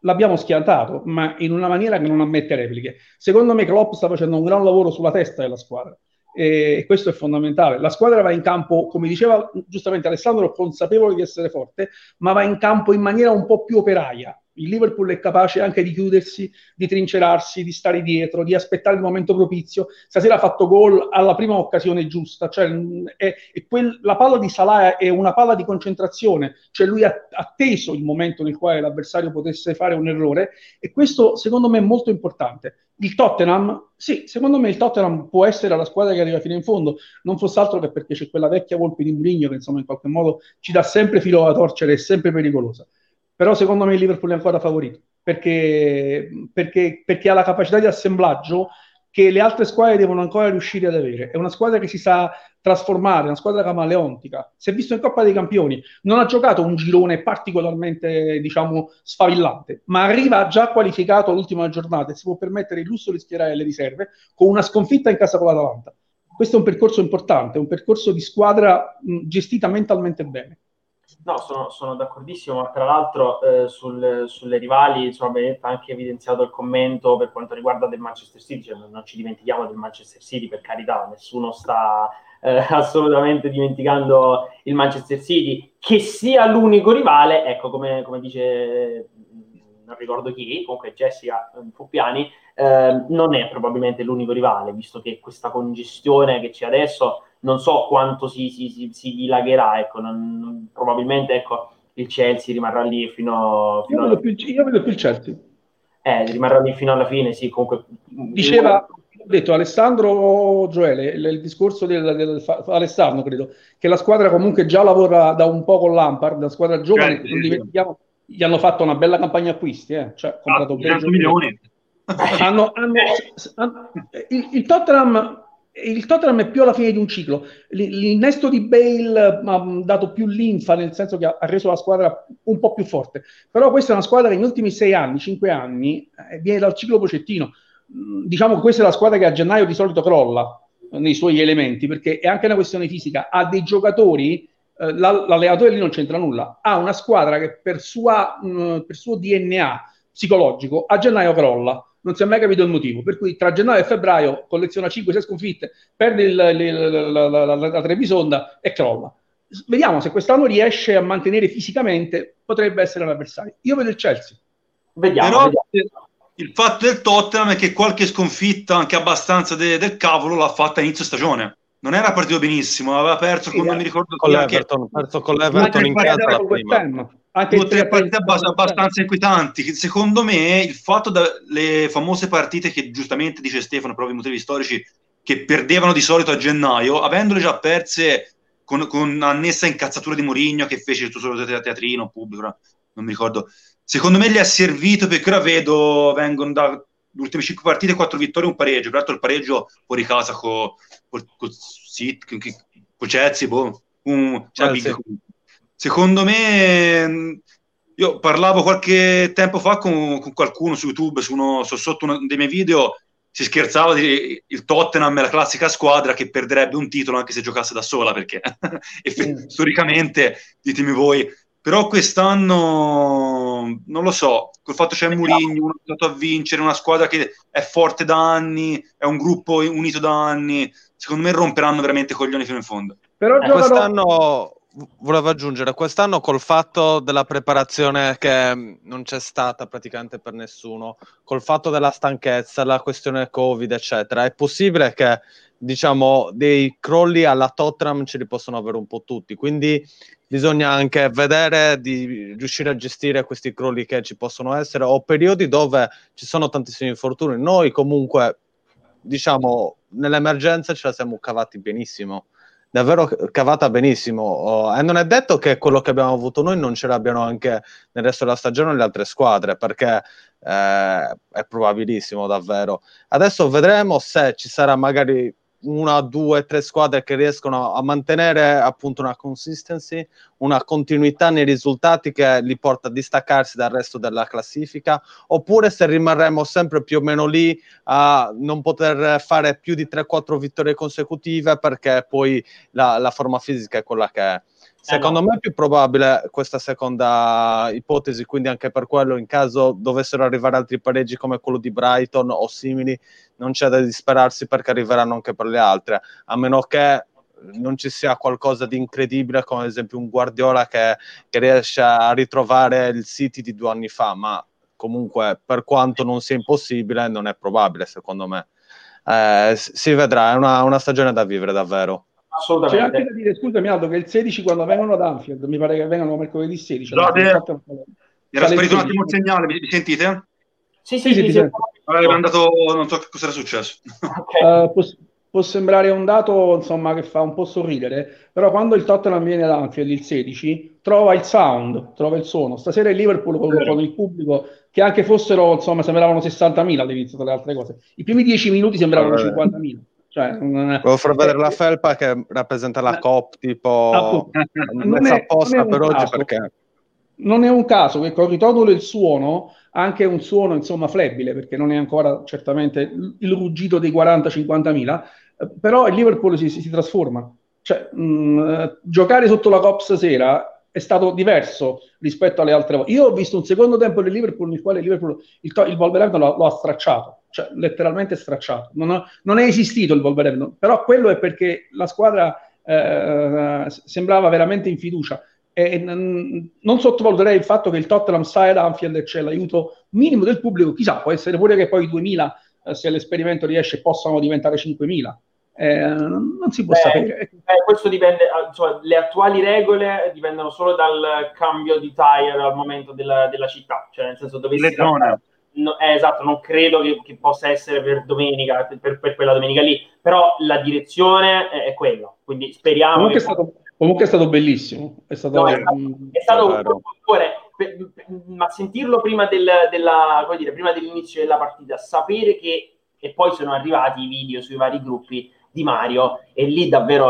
Speaker 4: l'abbiamo schiantato, ma in una maniera che non ammette repliche. Secondo me Klopp sta facendo un gran lavoro sulla testa della squadra e questo è fondamentale. La squadra va in campo, come diceva giustamente Alessandro, consapevole di essere forte, ma va in campo in maniera un po' più operaia. Il Liverpool è capace anche di chiudersi, di trincerarsi, di stare dietro, di aspettare il momento propizio. Stasera ha fatto gol alla prima occasione giusta, cioè la palla di Salah è una palla di concentrazione, cioè lui ha atteso il momento nel quale l'avversario potesse fare un errore e questo secondo me è molto importante. Il Tottenham, sì, secondo me il Tottenham può essere la squadra che arriva fino in fondo, non fosse altro che perché c'è quella vecchia volpe di Mourinho che insomma in qualche modo ci dà sempre filo da torcere, è sempre pericolosa. Però secondo me il Liverpool è ancora favorito perché ha la capacità di assemblaggio che le altre squadre devono ancora riuscire ad avere. È una squadra che si sa trasformare, una squadra camaleontica. Si è visto in Coppa dei Campioni, non ha giocato un girone particolarmente, diciamo, sfavillante, ma arriva già qualificato all'ultima giornata e si può permettere il lusso di schierare le riserve con una sconfitta in casa con l'Atalanta. Questo è un percorso importante, un percorso di squadra gestita mentalmente bene.
Speaker 1: No, sono d'accordissimo, ma tra l'altro sulle rivali, insomma, Benedetta ha anche evidenziato il commento per quanto riguarda del Manchester City, cioè non ci dimentichiamo del Manchester City, per carità, nessuno sta assolutamente dimenticando il Manchester City, che sia l'unico rivale, ecco, come dice, non ricordo chi, comunque Jessica Fuppiani, non è probabilmente l'unico rivale, visto che questa congestione che c'è adesso non so quanto si dilagherà, ecco, probabilmente ecco, il Chelsea rimarrà lì fino
Speaker 4: io vedo più il Chelsea.
Speaker 1: Rimarrà lì fino alla fine, sì, comunque.
Speaker 4: Diceva, ho detto Alessandro Gioele, il discorso Alessandro, credo, che la squadra comunque già lavora da un po' con Lampard, la squadra giovane, non dimentichiamo, gli hanno fatto una bella campagna acquisti, cioè ha comprato
Speaker 3: 100 milioni.
Speaker 4: Il Tottenham è più alla fine di un ciclo. L'innesto di Bale ha dato più linfa, nel senso che ha reso la squadra un po' più forte. Però questa è una squadra che negli ultimi 6 anni, 5 anni, viene dal ciclo Pochettino. Diciamo che questa è la squadra che a gennaio di solito crolla nei suoi elementi, perché è anche una questione fisica. Ha dei giocatori, l'allenatore lì non c'entra nulla, ha una squadra che per suo DNA psicologico a gennaio crolla. Non si è mai capito il motivo, per cui tra gennaio e febbraio colleziona 5-6 sconfitte, perde la Trebisonda e crolla. Vediamo se quest'anno riesce a mantenere fisicamente, potrebbe essere un avversario. Io vedo il Chelsea.
Speaker 3: Però il fatto del Tottenham è che qualche sconfitta, anche abbastanza del cavolo, l'ha fatta a inizio stagione. Non era partito benissimo, aveva perso, non mi ricordo
Speaker 2: con l'Everton, perso con l'Everton in casa la prima.
Speaker 3: Anche 2 o 3 partite abbastanza inquietanti. Secondo me il fatto delle famose partite che giustamente dice Stefano, proprio i motivi storici, che perdevano di solito a gennaio, avendole già perse con annessa incazzatura di Mourinho che fece il suo solo teatrino pubblico, non mi ricordo. Secondo me gli è servito, perché ora vengono dalle ultime 5 partite 4 vittorie e un pareggio. Peraltro il pareggio fuori casa con Chelsea, secondo me, io parlavo qualche tempo fa con qualcuno su YouTube, sotto uno dei miei video, si scherzava il Tottenham è la classica squadra che perderebbe un titolo anche se giocasse da sola, perché storicamente, ditemi voi, però quest'anno non lo so, col fatto c'è Mourinho, uno è andato a vincere, una squadra che è forte da anni, è un gruppo unito da anni, secondo me romperanno veramente coglioni fino in fondo.
Speaker 4: Però
Speaker 2: quest'anno volevo aggiungere, quest'anno col fatto della preparazione che non c'è stata praticamente per nessuno, col fatto della stanchezza, la questione Covid eccetera, è possibile che diciamo dei crolli alla Tottenham ce li possono avere un po' tutti, quindi bisogna anche vedere di riuscire a gestire questi crolli che ci possono essere o periodi dove ci sono tantissimi infortuni. Noi comunque diciamo nell'emergenza ce la siamo cavati benissimo, davvero cavata benissimo, e non è detto che quello che abbiamo avuto noi non ce l'abbiano anche nel resto della stagione le altre squadre, perché è probabilissimo davvero. Adesso vedremo se ci sarà magari 1, 2, 3 squadre che riescono a mantenere appunto una consistency, una continuità nei risultati che li porta a distaccarsi dal resto della classifica, oppure se rimarremo sempre più o meno lì a non poter fare più di 3-4 vittorie consecutive perché poi la forma fisica è quella che è. Secondo me è più probabile questa seconda ipotesi, quindi anche per quello, in caso dovessero arrivare altri pareggi come quello di Brighton o simili, non c'è da disperarsi perché arriveranno anche per le altre, a meno che non ci sia qualcosa di incredibile, come ad esempio un Guardiola che riesce a ritrovare il City di 2 anni fa, ma comunque per quanto non sia impossibile non è probabile, secondo me. Si vedrà, è una stagione da vivere davvero.
Speaker 4: C'è anche da dire, scusami Aldo, che il 16 quando vengono ad Anfield, mi pare che vengano mercoledì 16.
Speaker 3: Era sparito un attimo il segnale, mi sentite?
Speaker 1: Sì.
Speaker 3: Allora, è andato, non so che cosa era successo.
Speaker 4: Okay. Può sembrare un dato, insomma, che fa un po' sorridere, però quando il Tottenham viene ad Anfield il 16, trova il sound, trova il suono. Stasera il Liverpool con il pubblico, che anche fossero, insomma, sembravano 60.000 all'inizio delle altre cose. I primi 10 minuti sembravano 50.000. Cioè,
Speaker 2: volevo far vedere la felpa che rappresenta la COP, tipo messa apposta per oggi, perché
Speaker 4: non è un caso che col ritorno del suono, anche un suono insomma flebile, perché non è ancora certamente il ruggito dei 40-50.000, però il Liverpool si trasforma. Cioè, giocare sotto la COP stasera è stato diverso rispetto alle altre volte. Io ho visto un secondo tempo del Liverpool nel quale il Wolverhampton lo ha stracciato, cioè letteralmente stracciato. Non è esistito il Wolverhampton, però quello è perché la squadra sembrava veramente in fiducia. E non sottovaluterei il fatto che il Tottenham sta ad Anfield e c'è l'aiuto minimo del pubblico. Chissà, può essere pure che poi i 2000, se l'esperimento riesce, possano diventare 5.000. Non si può sapere.
Speaker 1: Questo dipende, cioè, le attuali regole dipendono solo dal cambio di tire al momento della città, cioè nel senso dovessi esatto, non credo che possa essere per domenica, per quella domenica lì, però la direzione è quella, quindi speriamo.
Speaker 4: Comunque è stato bellissimo, è stato
Speaker 1: un ma sentirlo prima prima dell'inizio della partita, sapere che, e poi sono arrivati i video sui vari gruppi di Mario, e lì davvero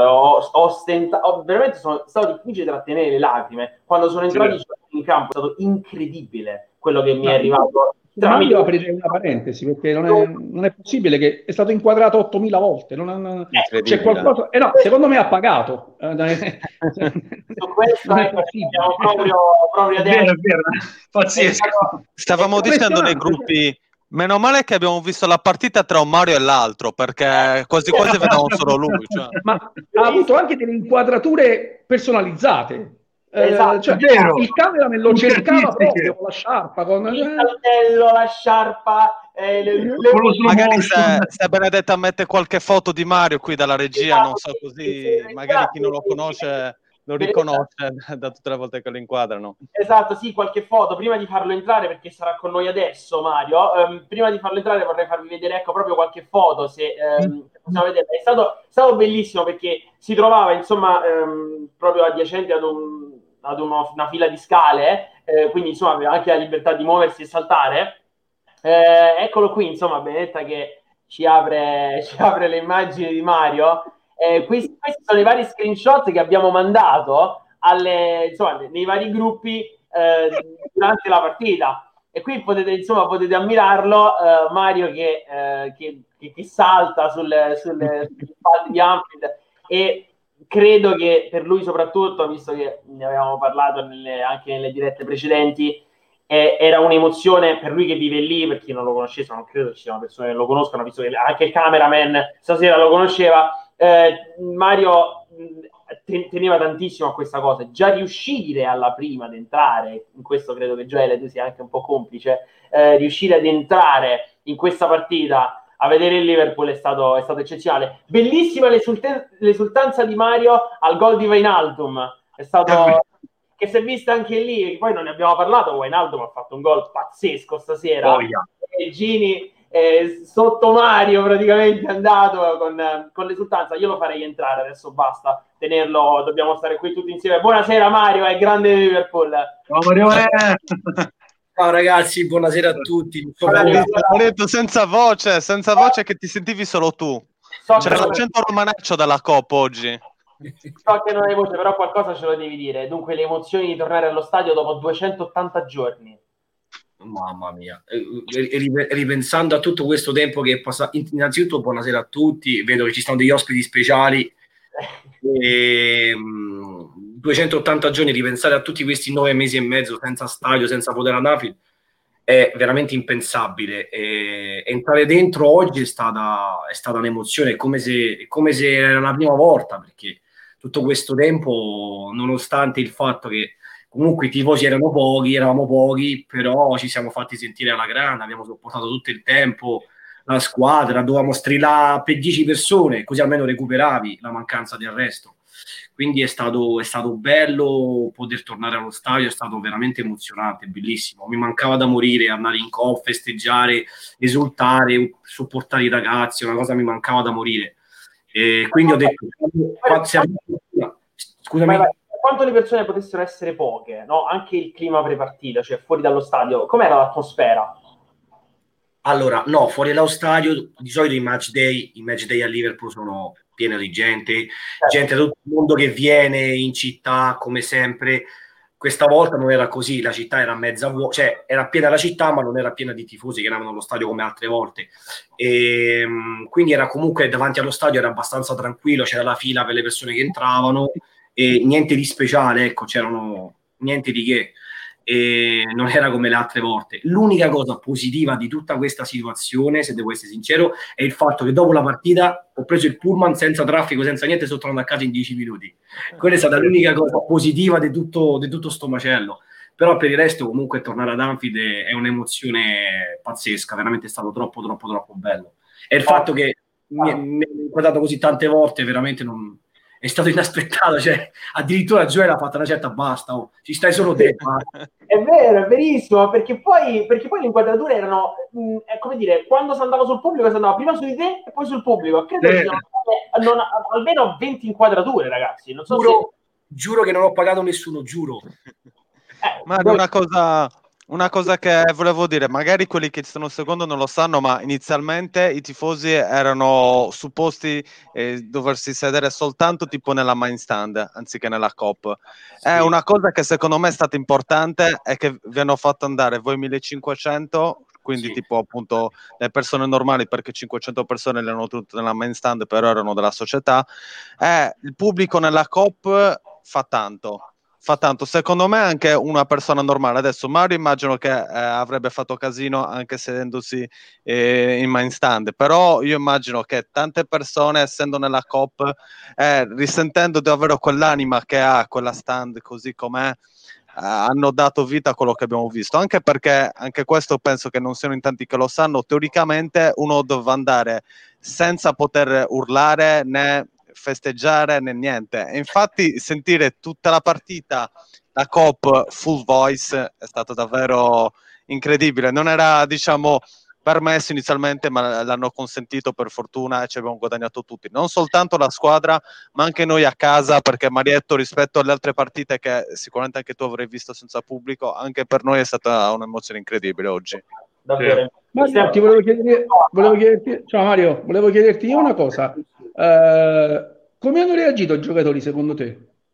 Speaker 1: io veramente sono stato difficile trattenere le lacrime quando sono entrati in campo. È stato incredibile quello che mi è arrivato.
Speaker 4: Mario, aprire una parentesi, perché non è possibile che è stato inquadrato 8.000 volte. C'è qualcosa. No, secondo me ha pagato.
Speaker 1: Su questo siamo proprio adesso.
Speaker 3: È vero. Pazzesco.
Speaker 2: Stavamo dicendo nei gruppi. Meno male che abbiamo visto la partita tra un Mario e l'altro, perché quasi vedevamo solo lui. Cioè.
Speaker 4: Ma ha avuto anche delle inquadrature personalizzate.
Speaker 1: Esatto,
Speaker 4: cioè, il cameraman lo cercava proprio con la sciarpa, con
Speaker 1: il cappello, la sciarpa.
Speaker 2: Magari se Benedetta mette qualche foto di Mario qui dalla regia, non so, così magari chi non lo conosce lo riconosce da tutte le volte che lo inquadrano.
Speaker 1: Esatto, sì, qualche foto prima di farlo entrare, perché sarà con noi adesso Mario. Prima di farlo entrare vorrei farvi vedere, ecco, proprio qualche foto, se possiamo vedere. È stato bellissimo, perché si trovava insomma proprio adiacente ad una fila di scale, quindi insomma aveva anche la libertà di muoversi e saltare. Eccolo qui, insomma, Benedetta che ci apre le immagini di Mario. Questi sono i vari screenshot che abbiamo mandato nei vari gruppi durante la partita, e qui potete ammirarlo, Mario che salta sulle spalle di Anfield, e credo che per lui soprattutto, visto che ne avevamo parlato anche nelle dirette precedenti, era un'emozione per lui che vive lì. Per chi non lo conoscesse, non credo ci siano persone che lo conoscano, visto che anche il cameraman stasera lo conosceva. Mario teneva tantissimo a questa cosa, già riuscire alla prima ad entrare, in questo credo che Gioele tu sia anche un po' complice, riuscire ad entrare in questa partita a vedere il Liverpool è stato eccezionale. Bellissima l'esultanza di Mario al gol di Wijnaldum, è stato che si è vista anche lì, poi non ne abbiamo parlato. Wijnaldum ha fatto un gol pazzesco stasera, e Gini sotto Mario praticamente è andato con l'esultanza. Io lo farei entrare, adesso basta tenerlo, dobbiamo stare qui tutti insieme. Buonasera Mario, è grande Liverpool.
Speaker 3: Ciao Mario.
Speaker 5: Ciao ragazzi, buonasera a tutti.
Speaker 2: Ho detto senza voce che ti sentivi solo tu. C'era l'accento romanaccio dalla Coppa oggi.
Speaker 1: So che non hai voce, però qualcosa ce lo devi dire. Dunque, le emozioni di tornare allo stadio dopo 280 giorni.
Speaker 5: Mamma mia, ripensando a tutto questo tempo che è passato, innanzitutto buonasera a tutti, vedo che ci sono degli ospiti speciali. 280 giorni, ripensare a tutti questi 9 mesi e mezzo senza stadio, senza poter ad Anfield, è veramente impensabile. E entrare dentro oggi è stata un'emozione, è come se era la prima volta, perché tutto questo tempo, nonostante il fatto che comunque i tifosi eravamo pochi, però ci siamo fatti sentire alla grande, abbiamo sopportato tutto il tempo la squadra, dovevamo strillare per 10 persone, così almeno recuperavi la mancanza del resto. Quindi è stato bello poter tornare allo stadio, è stato veramente emozionante, bellissimo. Mi mancava da morire andare in COP, festeggiare, esultare, supportare i ragazzi, una cosa mi mancava da morire. E quindi ho detto, scusami.
Speaker 1: Quanto le persone potessero essere poche, no? Anche il clima pre-partita, cioè fuori dallo stadio, com'era l'atmosfera?
Speaker 5: Allora, no, fuori dallo stadio, di solito i match day a Liverpool sono pieni di gente da tutto il mondo che viene in città, come sempre. Questa volta non era così, la città era mezza vuota, cioè era piena la città, ma non era piena di tifosi che eravano allo stadio come altre volte. E, quindi era comunque davanti allo stadio, era abbastanza tranquillo, c'era la fila per le persone che entravano e niente di speciale, ecco, c'erano niente di che. E non era come le altre volte. L'unica cosa positiva di tutta questa situazione, se devo essere sincero, è il fatto che dopo la partita ho preso il pullman senza traffico, senza niente, sono tornato a casa in 10 minuti. Quella è stata l'unica cosa positiva di tutto sto macello. Però per il resto comunque tornare ad Anfield è un'emozione pazzesca, veramente è stato troppo bello. E il fatto che mi è guardato così tante volte veramente non... è stato inaspettato, cioè addirittura Gioele ha fatto una certa basta, ci stai solo te.
Speaker 1: È vero, è verissimo, perché poi le inquadrature erano, come dire, quando si andava sul pubblico si andava prima su di te e poi sul pubblico. Credo che siano almeno 20 inquadrature, ragazzi. Non so
Speaker 5: giuro che non ho pagato nessuno, giuro.
Speaker 2: Ma una cosa che volevo dire, magari quelli che ci stanno seguendo non lo sanno, ma inizialmente i tifosi erano supposti doversi sedere soltanto tipo nella main stand anziché nella COP. Sì. È una cosa che secondo me è stata importante è che vi hanno fatto andare voi 1500, quindi sì, tipo appunto le persone normali, perché 500 persone le hanno tutte nella main stand, però erano della società, e il pubblico nella COP fa tanto. Secondo me anche una persona normale. Adesso Mario immagino che avrebbe fatto casino anche sedendosi in main stand, però io immagino che tante persone, essendo nella COP, risentendo di avere quell'anima che ha quella stand così com'è, hanno dato vita a quello che abbiamo visto, anche perché anche questo penso che non siano in tanti che lo sanno. Teoricamente uno doveva andare senza poter urlare né festeggiare né niente, e infatti sentire tutta la partita la COP full voice è stato davvero incredibile. Non era, diciamo, permesso inizialmente, ma l'hanno consentito per fortuna e ci abbiamo guadagnato tutti, non soltanto la squadra ma anche noi a casa, perché Marietto, rispetto alle altre partite che sicuramente anche tu avrai visto senza pubblico, anche per noi è stata un'emozione incredibile oggi.
Speaker 1: Davvero.
Speaker 4: Mario, volevo chiederti, ciao Mario, volevo chiederti io una cosa. Come hanno reagito i giocatori secondo te?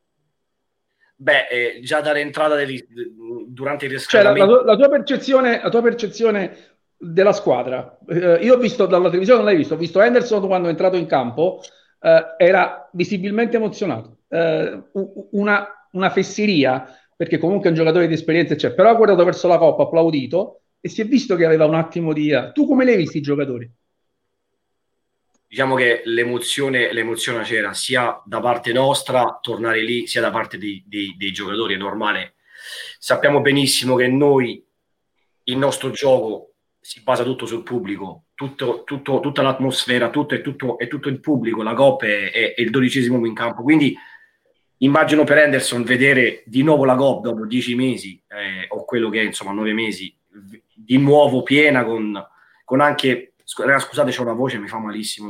Speaker 5: Beh, già dall'entrata durante il riscaldamento,
Speaker 4: cioè la tua percezione della squadra. Io ho visto dalla televisione, non l'hai visto, ho visto Henderson quando è entrato in campo, era visibilmente emozionato, una fesseria, perché comunque è un giocatore di esperienza, però ha guardato verso la Coppa, ha applaudito e si è visto che aveva un attimo di... Tu come li hai visti i giocatori?
Speaker 5: Diciamo che l'emozione c'era sia da parte nostra, tornare lì, sia da parte dei giocatori, è normale. Sappiamo benissimo che il nostro gioco si basa tutto sul pubblico, tutta l'atmosfera, tutto il pubblico, la Coppa è il 12° in campo, quindi immagino per Henderson vedere di nuovo la Coppa dopo 10 mesi, o quello che è, insomma, 9 mesi, di nuovo piena con anche... Scusate, c'ho una voce, mi fa malissimo.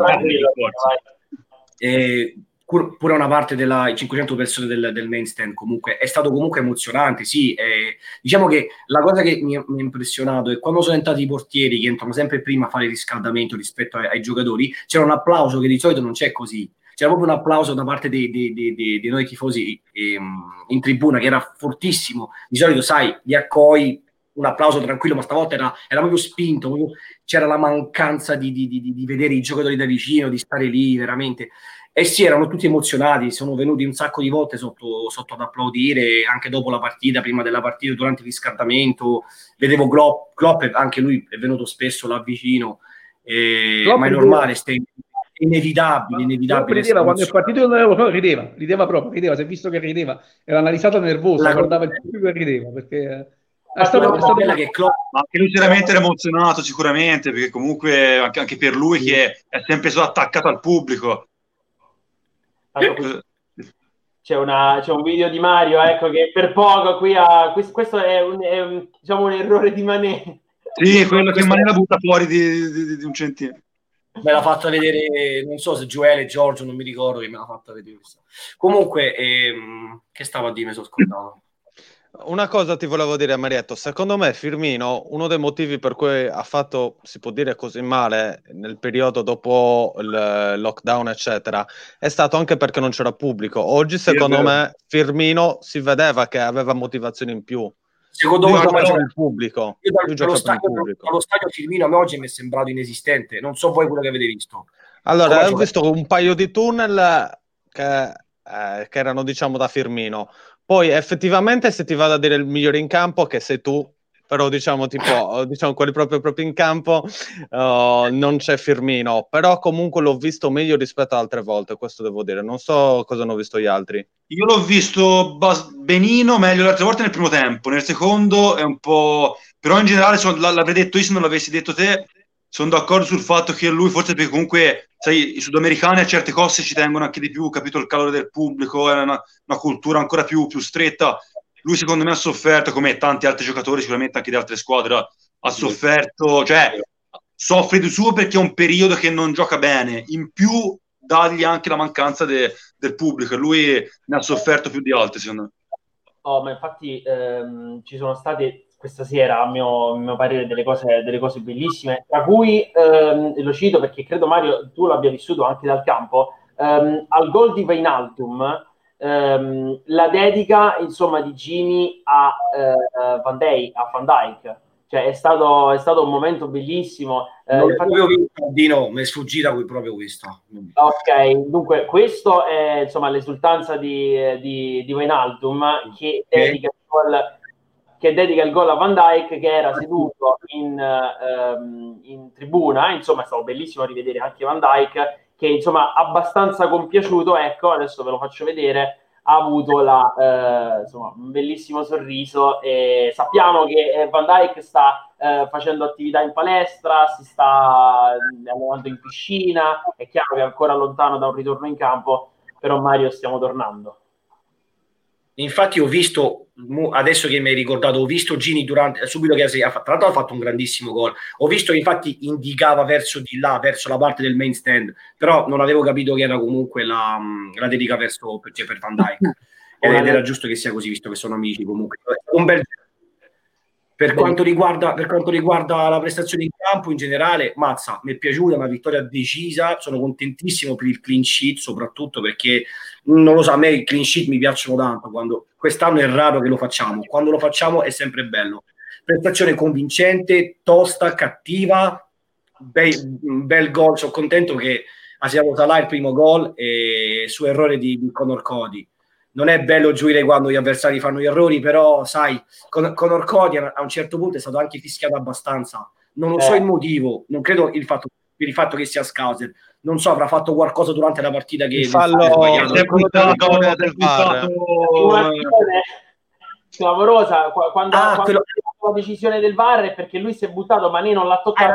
Speaker 5: Pure una parte della 500 persone del main stand, comunque è stato comunque emozionante, sì. Diciamo che la cosa che mi ha impressionato è quando sono entrati i portieri, che entrano sempre prima a fare il riscaldamento rispetto ai giocatori, c'era un applauso che di solito non c'è così. C'era proprio un applauso da parte di noi tifosi in tribuna, che era fortissimo. Di solito, sai, li accogli, un applauso tranquillo, ma stavolta era proprio spinto, c'era la mancanza di vedere i giocatori da vicino, di stare lì veramente. E sì, erano tutti emozionati, sono venuti un sacco di volte sotto ad applaudire, anche dopo la partita, prima della partita, durante il riscaldamento. Vedevo Klopp, anche lui è venuto spesso là vicino, ma è normale, è inevitabile.
Speaker 4: Rideva, quando il partito rideva proprio, si è visto che rideva, era una risata nervosa, guardava il pubblico e rideva, perché è stato
Speaker 5: che Klopp...
Speaker 3: Ma anche lui sinceramente era emozionato sicuramente, perché comunque anche per lui che è sempre stato attaccato al pubblico.
Speaker 1: C'è un video di Mario, ecco, che per poco qui questo è diciamo un errore di Mané.
Speaker 3: Sì, quello che Mané la butta fuori di un centimetro.
Speaker 5: Me l'ha fatta vedere, non so se Gioele, Giorgio, non mi ricordo che me l'ha fatta vedere. Comunque, che stavo a dire, mi sono scordato.
Speaker 2: Una cosa ti volevo dire, Marietto, secondo me Firmino, uno dei motivi per cui ha fatto, si può dire così male, nel periodo dopo il lockdown, eccetera, è stato anche perché non c'era pubblico. Oggi, secondo me, Firmino si vedeva che aveva motivazioni in più.
Speaker 5: Secondo me come
Speaker 2: c'è il pubblico?
Speaker 5: Allo stadio Firmino a me oggi mi è sembrato inesistente. Non so voi quello che avete visto.
Speaker 2: Allora, ho visto un paio di tunnel che erano, diciamo, da Firmino. Poi effettivamente, se ti vado a dire il migliore in campo, che sei tu, però diciamo quelli proprio in campo, non c'è Firmino, però comunque l'ho visto meglio rispetto ad altre volte, questo devo dire. Non so cosa hanno visto gli altri.
Speaker 3: Io l'ho visto benino, meglio le altre volte nel primo tempo, nel secondo è un po'... Però in generale, l'avrei detto io se non l'avessi detto te, sono d'accordo sul fatto che lui, forse perché comunque, sai, i sudamericani a certe cose ci tengono anche di più, capito, il calore del pubblico, è una cultura ancora più stretta. Lui secondo me ha sofferto, come tanti altri giocatori, sicuramente anche di altre squadre, ha sofferto, cioè soffre di suo perché è un periodo che non gioca bene, in più dargli anche la mancanza del pubblico, e lui ne ha sofferto più di altri, secondo me.
Speaker 1: Oh, ma infatti ci sono state questa sera, a mio parere, delle cose bellissime, tra cui, lo cito perché credo Mario tu l'abbia vissuto anche dal campo, al gol di Wijnaldum, la dedica, insomma, di Gini a Van Dijk. Cioè è stato un momento bellissimo.
Speaker 5: Dino, mi è sfuggita proprio questo.
Speaker 1: Ok, dunque questo è, insomma, l'esultanza di Wijnaldum che dedica il gol a Van Dijk, che era seduto in tribuna. Insomma è stato bellissimo rivedere anche Van Dijk, che insomma abbastanza compiaciuto, ecco, adesso ve lo faccio vedere, ha avuto un bellissimo sorriso, e sappiamo che Van Dijk sta facendo attività in palestra, si sta allenando in piscina, è chiaro che è ancora lontano da un ritorno in campo, però Mario stiamo tornando.
Speaker 5: Infatti ho visto, adesso che mi hai ricordato, ho visto Gini subito che tra l'altro ha fatto un grandissimo gol, ho visto che infatti indicava verso di là, verso la parte del main stand, però non avevo capito che era comunque la dedica per Van Dijk, ed era giusto che sia così, visto che sono amici comunque. Un bel... Per quanto riguarda la prestazione in campo in generale, mazza, mi è piaciuta, una vittoria decisa, sono contentissimo per il clean sheet, soprattutto perché, non lo so, a me i clean sheet mi piacciono tanto, quest'anno è raro che lo facciamo, quando lo facciamo è sempre bello. Prestazione convincente, tosta, cattiva, bel gol, sono contento che siamo Salah il primo gol e su errore di Conor Cody. Non è bello gioire quando gli avversari fanno gli errori, però sai, Conor Cody a un certo punto è stato anche fischiato abbastanza. Non lo so il motivo, non credo per il fatto che sia Scouser. Non so, avrà fatto qualcosa durante la partita che
Speaker 1: clamorosa. Quando la decisione del VAR è perché lui si è buttato, Mané non l'ha toccato.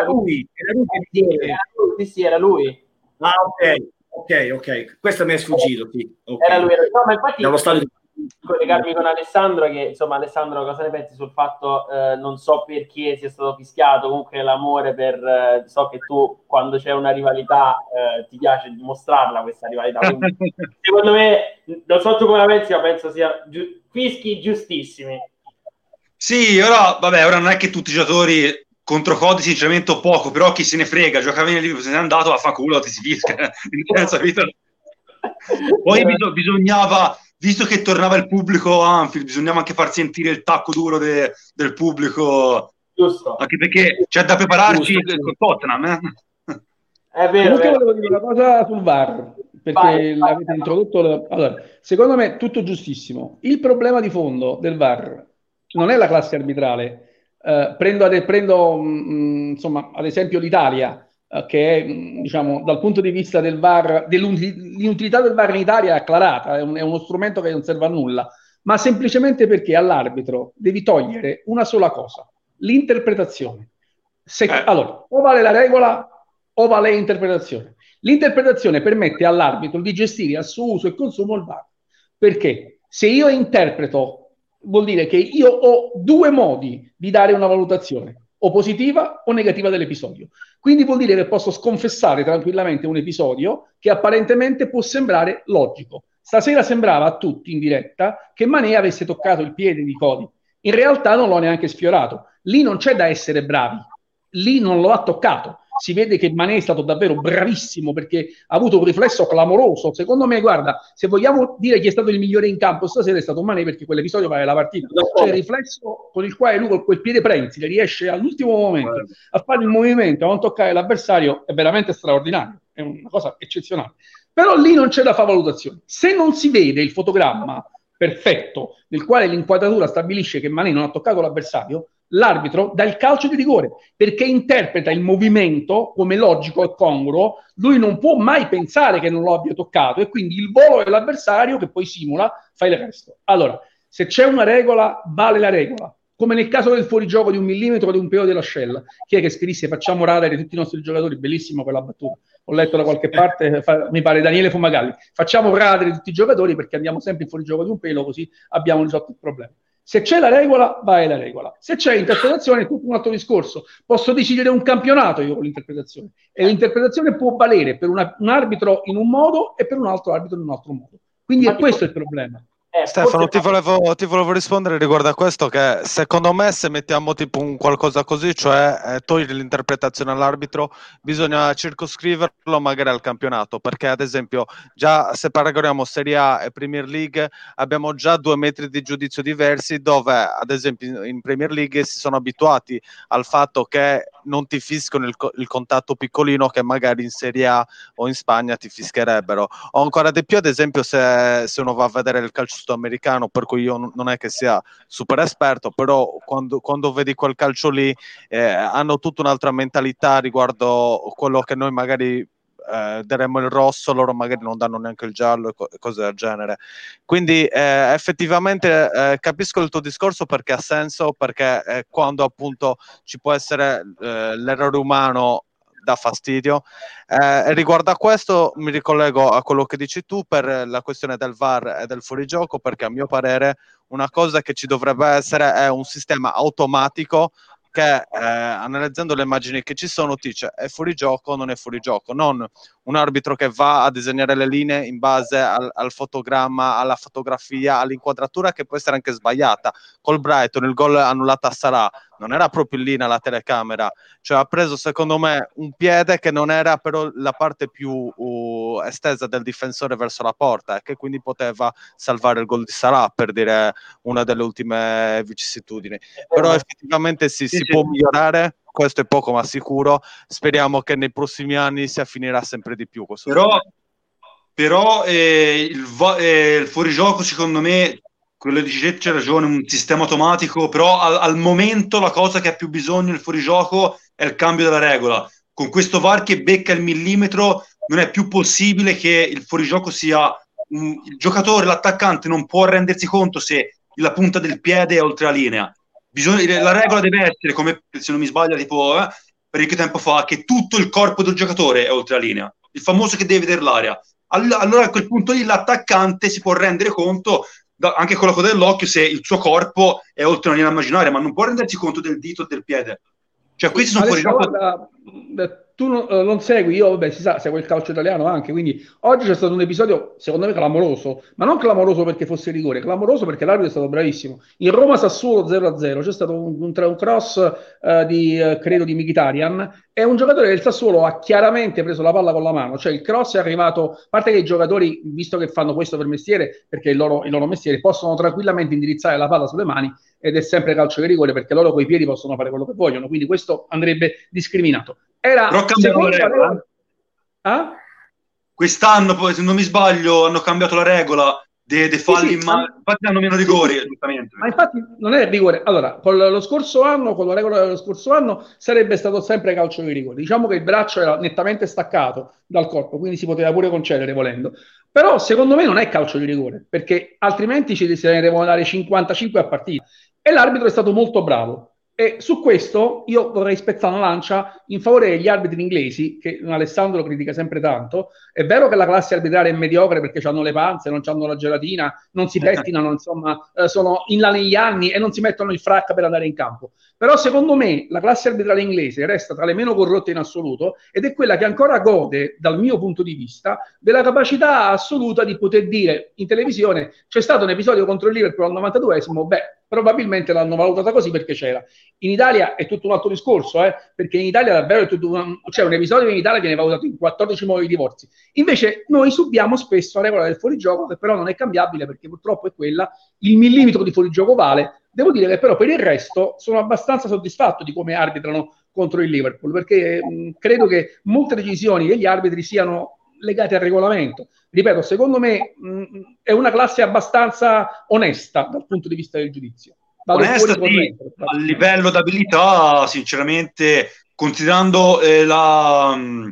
Speaker 1: Era lui.
Speaker 5: Ah, ok, questo mi è sfuggito. Sì. Okay.
Speaker 1: Era lui. No, ma infatti collegarmi con Alessandro, che insomma, Alessandro, cosa ne pensi sul fatto, non so perché sia stato fischiato, comunque l'amore per, so che tu quando c'è una rivalità ti piace dimostrarla questa rivalità, quindi secondo me, non so tu come la pensi, ma penso sia fischi giustissimi.
Speaker 3: Sì, ora non è che tutti i giocatori contro Cody sinceramente ho poco, però chi se ne frega, giocava in Liverpool, se n'è andato, a fa culo, ti si fischia. Poi bisognava, visto che tornava il pubblico a Anfield, bisognava anche far sentire il tacco duro del pubblico.
Speaker 1: Giusto.
Speaker 3: Anche perché c'è da prepararci con Tottenham.
Speaker 1: È vero.
Speaker 4: Comunque volevo dire una cosa sul VAR, perché l'avete introdotto. Allora, secondo me tutto giustissimo. Il problema di fondo del VAR non è la classe arbitrale. Prendo insomma, ad esempio l'Italia, che è, diciamo, dal punto di vista del VAR, l'inutilità del VAR in Italia è acclarata, è uno strumento che non serve a nulla, ma semplicemente perché all'arbitro devi togliere una sola cosa, l'interpretazione. Allora, o vale la regola o vale l'interpretazione. L'interpretazione permette all'arbitro di gestire a suo uso e consumo il VAR. Perché se io interpreto, vuol dire che io ho due modi di dare una valutazione, o positiva o negativa dell'episodio. Quindi vuol dire che posso sconfessare tranquillamente un episodio che apparentemente può sembrare logico. Stasera sembrava a tutti in diretta che Mané avesse toccato il piede di Cody. In realtà non l'ho neanche sfiorato. Lì non c'è da essere bravi. Lì non lo ha toccato. Si vede che Mané è stato davvero bravissimo perché ha avuto un riflesso clamoroso. Secondo me, guarda, se vogliamo dire chi è stato il migliore in campo stasera è stato Mané, perché quell'episodio vale la partita. Cioè il riflesso con il quale lui con quel piede prensile riesce all'ultimo momento a fare il movimento, a non toccare l'avversario, è veramente straordinario. È una cosa eccezionale. Però lì non c'è da fare valutazione. Se non si vede il fotogramma perfetto nel quale l'inquadratura stabilisce che Mané non ha toccato l'avversario, l'arbitro dà il calcio di rigore perché interpreta il movimento come logico e congruo. Lui non può mai pensare che non lo abbia toccato e quindi il volo dell'avversario che poi simula fa il resto. Allora, se c'è una regola, vale la regola, come nel caso del fuorigioco di 1 millimetro di un pelo dell'ascella. Chi è che scrisse facciamo radere tutti i nostri giocatori? Bellissima quella battuta, ho letto da qualche parte, mi pare Daniele Fumagalli, facciamo radere tutti i giocatori perché andiamo sempre in fuorigioco di un pelo, così abbiamo risolto il problema. Se c'è la regola, vai la regola. Se c'è l'interpretazione, è tutto un altro discorso. Posso decidere un campionato io con l'interpretazione. E l'interpretazione può valere per un arbitro in un modo e per un altro arbitro in un altro modo. Quindi questo è il problema.
Speaker 2: Stefano, ti volevo rispondere riguardo a questo, che secondo me se mettiamo tipo un qualcosa così, cioè togliere l'interpretazione all'arbitro, bisogna circoscriverlo magari al campionato, perché ad esempio già se paragoniamo Serie A e Premier League abbiamo già 2 metri di giudizio diversi, dove ad esempio in Premier League si sono abituati al fatto che non ti fischiano il contatto piccolino che magari in Serie A o in Spagna ti fischierebbero, o ancora di più ad esempio se uno va a vedere il calcio americano, per cui io non è che sia super esperto, però quando vedi quel calcio lì hanno tutta un'altra mentalità riguardo quello che noi magari daremmo il rosso, loro magari non danno neanche il giallo e cose del genere. Quindi effettivamente capisco il tuo discorso perché ha senso, perché quando appunto ci può essere l'errore umano dà fastidio. E riguardo a questo mi ricollego a quello che dici tu per la questione del VAR e del fuorigioco, perché a mio parere una cosa che ci dovrebbe essere è un sistema automatico che analizzando le immagini che ci sono ti dice è fuorigioco o non è fuorigioco, non un arbitro che va a disegnare le linee in base al fotogramma, alla fotografia, all'inquadratura che può essere anche sbagliata. Col Brighton il gol annullato a Salah non era proprio in linea la telecamera, cioè ha preso secondo me un piede che non era però la parte più estesa del difensore verso la porta e che quindi poteva salvare il gol di Salah, per dire una delle ultime vicissitudini. Però effettivamente si può migliorare, questo è poco ma sicuro. Speriamo che nei prossimi anni si affinirà sempre di più questo.
Speaker 3: Però il fuorigioco secondo me, quello di Cicet c'è ragione, un sistema automatico, però al momento la cosa che ha più bisogno il fuorigioco è il cambio della regola. Con questo VAR che becca il millimetro non è più possibile che il fuorigioco sia il giocatore, l'attaccante non può rendersi conto se la punta del piede è oltre la linea. La regola deve essere, come se non mi sbaglio tipo parecchio tempo fa, che tutto il corpo del giocatore è oltre la linea, il famoso che deve vedere l'area. Allora a quel punto lì l'attaccante si può rendere conto anche con la coda dell'occhio se il suo corpo è oltre una linea immaginaria, ma non può rendersi conto del dito e del piede. Cioè questi sono fuori gioco.
Speaker 4: Tu non segui, io vabbè si sa, seguo il calcio italiano anche, quindi oggi c'è stato un episodio secondo me clamoroso, ma non clamoroso perché fosse rigore, clamoroso perché l'arbitro è stato bravissimo. In Roma-Sassuolo 0-0 c'è stato un cross credo di Mkhitaryan e un giocatore del Sassuolo ha chiaramente preso la palla con la mano, cioè il cross è arrivato, a parte che i giocatori, visto che fanno questo per mestiere, perché è il loro mestiere, possono tranquillamente indirizzare la palla sulle mani ed è sempre calcio di rigore perché loro coi piedi possono fare quello che vogliono, quindi questo andrebbe discriminato. Era
Speaker 3: però cambiamo la regola. quest'anno, poi, se non mi sbaglio, hanno cambiato la regola dei falli, infatti hanno meno rigori, giustamente.
Speaker 4: Ma infatti non è rigore. Allora, con lo scorso anno, con la regola dello scorso anno, sarebbe stato sempre calcio di rigore. Diciamo che il braccio era nettamente staccato dal corpo, quindi si poteva pure concedere volendo. Però secondo me non è calcio di rigore, perché altrimenti se ne devono dare 55 a partita. E l'arbitro è stato molto bravo. E su questo io vorrei spezzare una lancia in favore degli arbitri inglesi, che Alessandro critica sempre tanto. È vero che la classe arbitrale è mediocre perché hanno le panze, non hanno la gelatina, non si pettinano, insomma, sono in là negli anni e non si mettono il frac per andare in campo. Però secondo me la classe arbitrale inglese resta tra le meno corrotte in assoluto ed è quella che ancora gode, dal mio punto di vista, della capacità assoluta di poter dire in televisione c'è stato un episodio contro il Liverpool al 92esimo, probabilmente l'hanno valutata così perché c'era. In Italia è tutto un altro discorso, perché in Italia davvero è tutto c'è un episodio in Italia che viene valutato in 14 nuovi divorzi. Invece noi subiamo spesso la regola del fuorigioco, che però non è cambiabile perché purtroppo è quella, il millimetro di fuorigioco vale. Devo dire che però per il resto sono abbastanza soddisfatto di come arbitrano contro il Liverpool, perché credo che molte decisioni degli arbitri siano legate al regolamento. Ripeto, secondo me è una classe abbastanza onesta dal punto di vista del giudizio.
Speaker 3: Onesta, sì, a livello d'abilità, sinceramente, considerando il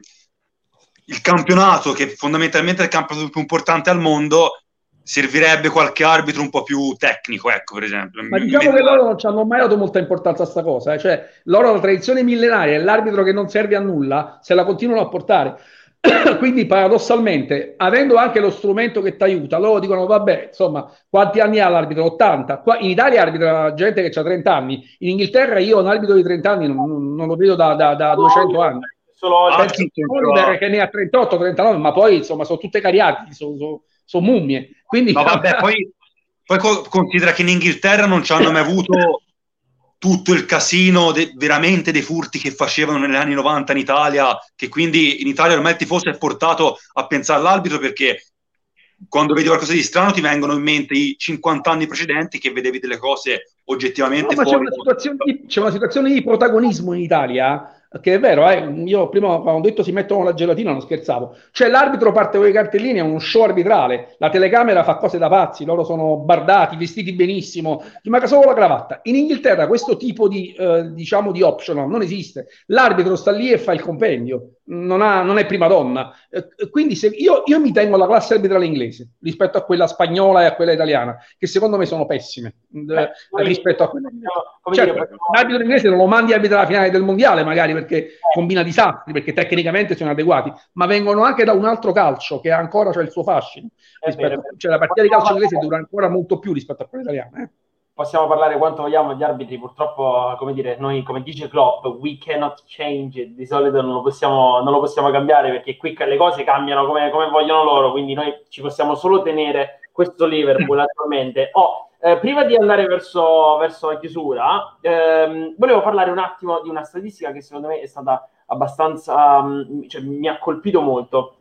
Speaker 3: campionato, che fondamentalmente è il campionato più importante al mondo, servirebbe qualche arbitro un po' più tecnico, ecco, per esempio.
Speaker 4: Ma diciamo che loro non ci hanno mai dato molta importanza a sta cosa, cioè loro la tradizione millenaria è l'arbitro che non serve a nulla, se la continuano a portare. Quindi paradossalmente, avendo anche lo strumento che ti aiuta, loro dicono vabbè, insomma, quanti anni ha l'arbitro? 80. Qua in Italia arbitra gente che ha 30 anni, in Inghilterra io un arbitro di 30 anni non lo vedo da 200 anni. Solo Oliver che ne ha 38, 39, ma poi insomma sono tutte cariati, sono mummie. Quindi,
Speaker 3: ma vabbè, poi considera che in Inghilterra non ci hanno mai avuto tutto il casino veramente dei furti che facevano negli anni 90 in Italia, che quindi in Italia ormai il tifoso è portato a pensare all'arbitro perché quando vedi qualcosa di strano ti vengono in mente i 50 anni precedenti che vedevi delle cose oggettivamente
Speaker 4: fuori. C'è una situazione di protagonismo in Italia che è vero, io prima quando ho detto si mettono la gelatina non scherzavo, cioè l'arbitro parte con i cartellini, è uno show arbitrale, la telecamera fa cose da pazzi, loro sono bardati, vestiti benissimo, gli manca solo la cravatta. In Inghilterra questo tipo di diciamo di optional non esiste, l'arbitro sta lì e fa il compendio, non è prima donna, quindi se io mi tengo alla classe arbitrale inglese rispetto a quella spagnola e a quella italiana, che secondo me sono pessime rispetto a quella certo, l'arbitro inglese non lo mandi a arbitrare la finale del mondiale magari perché combina disastri, perché tecnicamente sono adeguati, ma vengono anche da un altro calcio che ancora c'è il suo fascino. Cioè la partita di calcio inglese dura ancora molto più rispetto a quella italiana.
Speaker 1: Possiamo parlare quanto vogliamo degli arbitri, purtroppo, come dire, noi, come dice Klopp, we cannot change it, di solito non lo possiamo cambiare perché qui le cose cambiano come vogliono loro, quindi noi ci possiamo solo tenere questo Liverpool attualmente. Prima di andare verso la chiusura, volevo parlare un attimo di una statistica che secondo me è stata abbastanza, cioè mi ha colpito molto,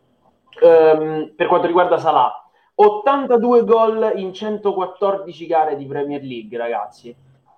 Speaker 1: per quanto riguarda Salah. 82 gol in 114 gare di Premier League, ragazzi.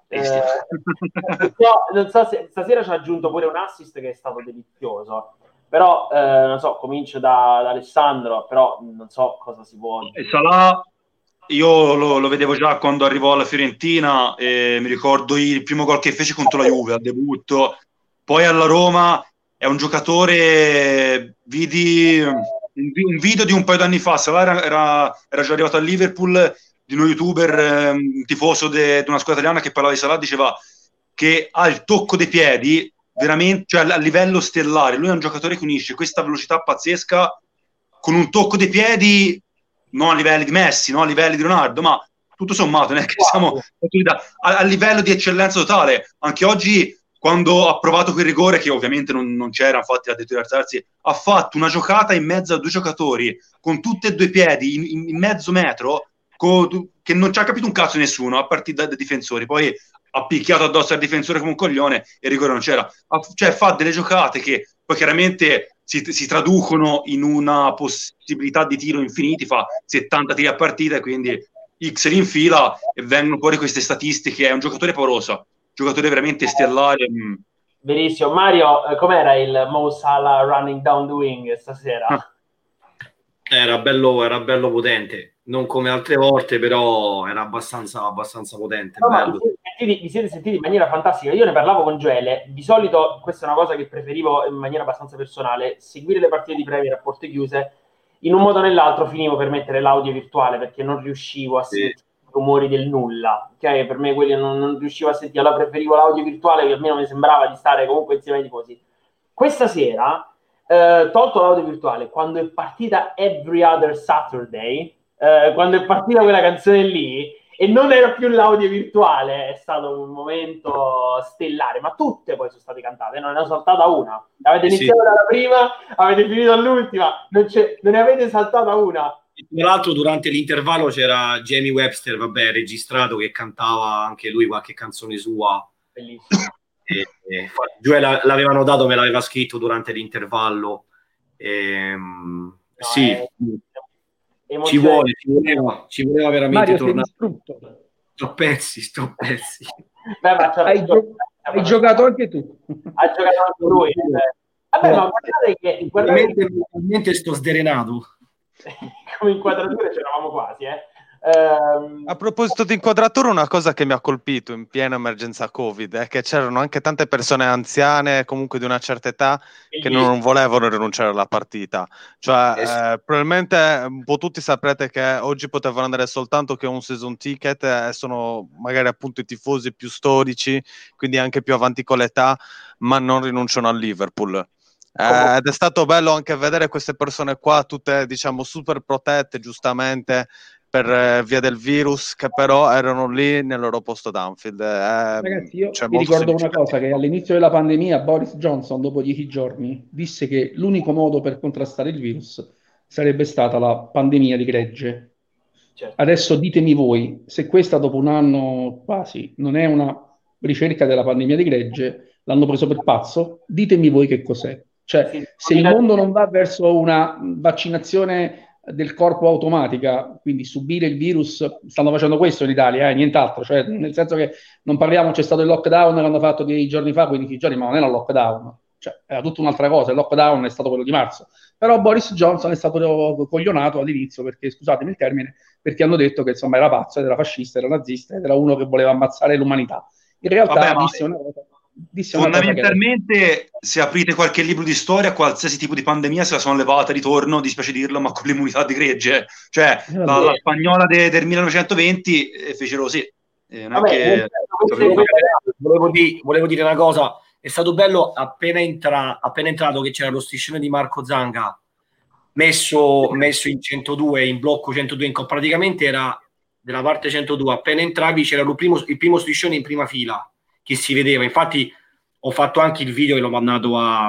Speaker 1: Non so se stasera ci ha aggiunto pure un assist che è stato delizioso. Però, non so, comincio da Alessandro, però non so cosa si può dire.
Speaker 3: Salah, io lo vedevo già quando arrivò alla Fiorentina, e mi ricordo il primo gol che fece contro la Juve al debutto, poi alla Roma è un giocatore, vidi un video di un paio d'anni fa, Salah era già arrivato a Liverpool, di uno youtuber, un tifoso di una squadra italiana che parlava di Salah, diceva che ha il tocco dei piedi veramente, cioè a livello stellare, lui è un giocatore che unisce questa velocità pazzesca con un tocco dei piedi non a livelli di Messi, non a livelli di Ronaldo, ma tutto sommato non è che siamo a livello di eccellenza totale. Anche oggi, quando ha provato quel rigore, che ovviamente non c'era, infatti ha detto di alzarsi, ha fatto una giocata in mezzo a due giocatori con tutti e due i piedi in mezzo metro, che non ci ha capito un cazzo nessuno, a partire dai difensori. Poi ha picchiato addosso al difensore come un coglione e il rigore non c'era. Cioè fa delle giocate che poi chiaramente si traducono in una possibilità di tiro infiniti, fa 70 tiri a partita e quindi X li infila e vengono fuori queste statistiche. È un giocatore pauroso, giocatore veramente stellare.
Speaker 1: Benissimo. Mario, com'era il Mo Salah running down the wing stasera?
Speaker 5: Era bello potente, non come altre volte, però era abbastanza potente.
Speaker 1: No, ma
Speaker 5: Bello.
Speaker 1: vi siete sentiti in maniera fantastica. Io ne parlavo con Gioele. Di solito, questa è una cosa che preferivo in maniera abbastanza personale, seguire le partite di Premier a porte chiuse. In un modo o nell'altro finivo per mettere l'audio virtuale perché non riuscivo a sentire i rumori del nulla. Okay? Per me quelli non riuscivo a sentire. Allora preferivo l'audio virtuale, che almeno mi sembrava di stare comunque insieme ai tifosi. Questa sera, tolto l'audio virtuale, quando è partita Every Other Saturday, quando è partita quella canzone lì, e non era più l'audio virtuale, è stato un momento stellare, ma tutte poi sono state cantate, non ne ho saltata una. Avete iniziato dalla prima, avete finito all'ultima, non ne avete saltata una.
Speaker 5: Tra l'altro durante l'intervallo c'era Jamie Webster, vabbè, registrato, che cantava anche lui qualche canzone sua.
Speaker 1: Bellissimo.
Speaker 5: Giù l'avevano dato, me l'aveva scritto durante l'intervallo. Sì, ci voleva veramente
Speaker 4: Mario,
Speaker 5: tornare.
Speaker 4: Sto
Speaker 5: pezzi.
Speaker 4: Beh, ma hai giocato anche tu.
Speaker 1: Ha giocato anche lui. Vabbè, ma guardate che
Speaker 5: veramente sto sdrenato.
Speaker 1: Come inquadrature c'eravamo quasi,
Speaker 2: A proposito di inquadratura, una cosa che mi ha colpito in piena emergenza Covid è che c'erano anche tante persone anziane, comunque di una certa età, che non volevano rinunciare alla partita. Cioè, probabilmente un po' tutti saprete che oggi potevano andare soltanto che un season ticket e sono magari appunto i tifosi più storici, quindi anche più avanti con l'età, ma non rinunciano al Liverpool. Ed è stato bello anche vedere queste persone qua tutte, diciamo, super protette, giustamente, per via del virus, che però erano lì nel loro posto d'Anfield.
Speaker 4: Ragazzi, io vi ricordo una cosa, che all'inizio della pandemia Boris Johnson, dopo 10 giorni, disse che l'unico modo per contrastare il virus sarebbe stata la pandemia di gregge. Certo. Adesso ditemi voi, se questa dopo un anno quasi non è una ricerca della pandemia di gregge, l'hanno preso per pazzo, ditemi voi che cos'è. Cioè, sì, se il mondo non va verso una vaccinazione del corpo automatica, quindi subire il virus, stanno facendo questo in Italia, nient'altro, cioè, nel senso che non parliamo, c'è stato il lockdown che hanno fatto 10 giorni fa, 15 giorni, ma non era un lockdown, cioè, era tutta un'altra cosa, il lockdown è stato quello di marzo, però Boris Johnson è stato coglionato all'inizio, perché, scusatemi il termine, perché hanno detto che insomma era pazzo, era fascista, era nazista, era uno che voleva ammazzare l'umanità. In realtà disse una cosa.
Speaker 3: Fondamentalmente, se aprite qualche libro di storia, qualsiasi tipo di pandemia se la sono levata di torno, dispiace dirlo, ma con l'immunità di gregge. Cioè, la spagnola del 1920 fecero così.
Speaker 5: Volevo dire una cosa. È stato bello appena entrato che c'era lo striscione di Marco Zanga messo in 102, in blocco 102, praticamente era della parte 102. Appena entravi c'era il primo striscione in prima fila che si vedeva, infatti ho fatto anche il video e l'ho mandato a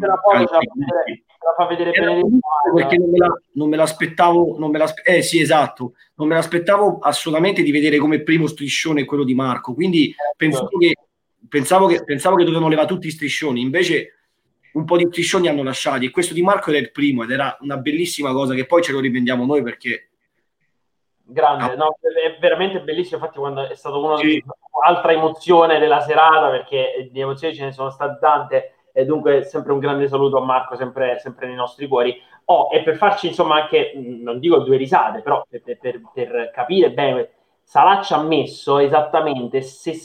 Speaker 1: fa vedere
Speaker 5: perché non me l'aspettavo, sì, esatto, non me l'aspettavo assolutamente di vedere come primo striscione quello di Marco, quindi pensavo che dovevano levare tutti i striscioni, invece un po' di striscioni hanno lasciati, e questo di Marco era il primo ed era una bellissima cosa, che poi ce lo riprendiamo noi perché
Speaker 1: grande, no, è veramente bellissimo. Infatti, quando è stato un'altra emozione della serata, perché di emozioni ce ne sono state tante, e dunque sempre un grande saluto a Marco, sempre nei nostri cuori. E per farci insomma anche, non dico due risate, però per capire bene, Salah ci ha messo esattamente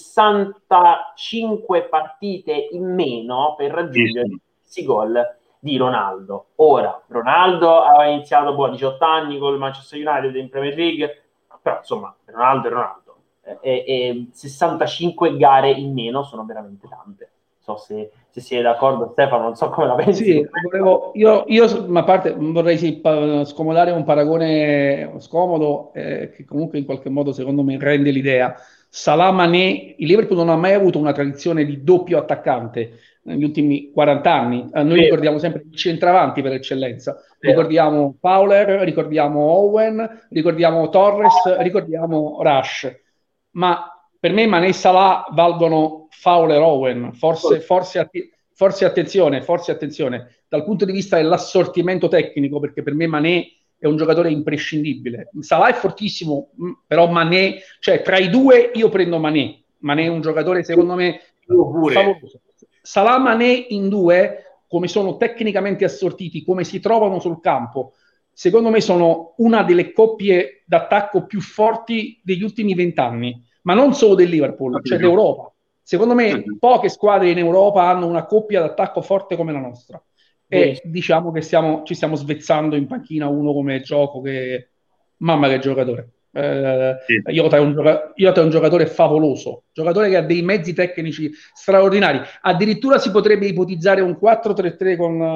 Speaker 1: 65 partite in meno per raggiungere questi gol di Ronaldo. Ora, Ronaldo aveva iniziato a 18 anni col Manchester United in Premier League, però insomma, Ronaldo è Ronaldo. E 65 gare in meno sono veramente tante. Non so se siete d'accordo, Stefano, non so come la pensi.
Speaker 4: Sì, io a parte vorrei scomodare un paragone scomodo che comunque in qualche modo secondo me rende l'idea. Salah, Mané, il Liverpool non ha mai avuto una tradizione di doppio attaccante negli ultimi 40 anni. Noi ricordiamo sempre il centravanti per eccellenza. Ricordiamo Fowler, ricordiamo Owen, ricordiamo Torres, ricordiamo Rush. Ma per me Mané e Salah valgono Fowler-Owen. Forse attenzione, dal punto di vista dell'assortimento tecnico, perché per me Mané è un giocatore imprescindibile. Salah è fortissimo, però Mané, cioè tra i due io prendo Mané. Mané è un giocatore secondo me favoloso. Salah, Mané in due, come sono tecnicamente assortiti, come si trovano sul campo, secondo me sono una delle coppie d'attacco più forti degli ultimi 20 anni, ma non solo del Liverpool, cioè d'Europa. Secondo me poche squadre in Europa hanno una coppia d'attacco forte come la nostra. E diciamo che ci stiamo svezzando in panchina uno come Gioco, che mamma che giocatore. Jota è un giocatore favoloso, giocatore che ha dei mezzi tecnici straordinari. Addirittura si potrebbe ipotizzare un 4-3-3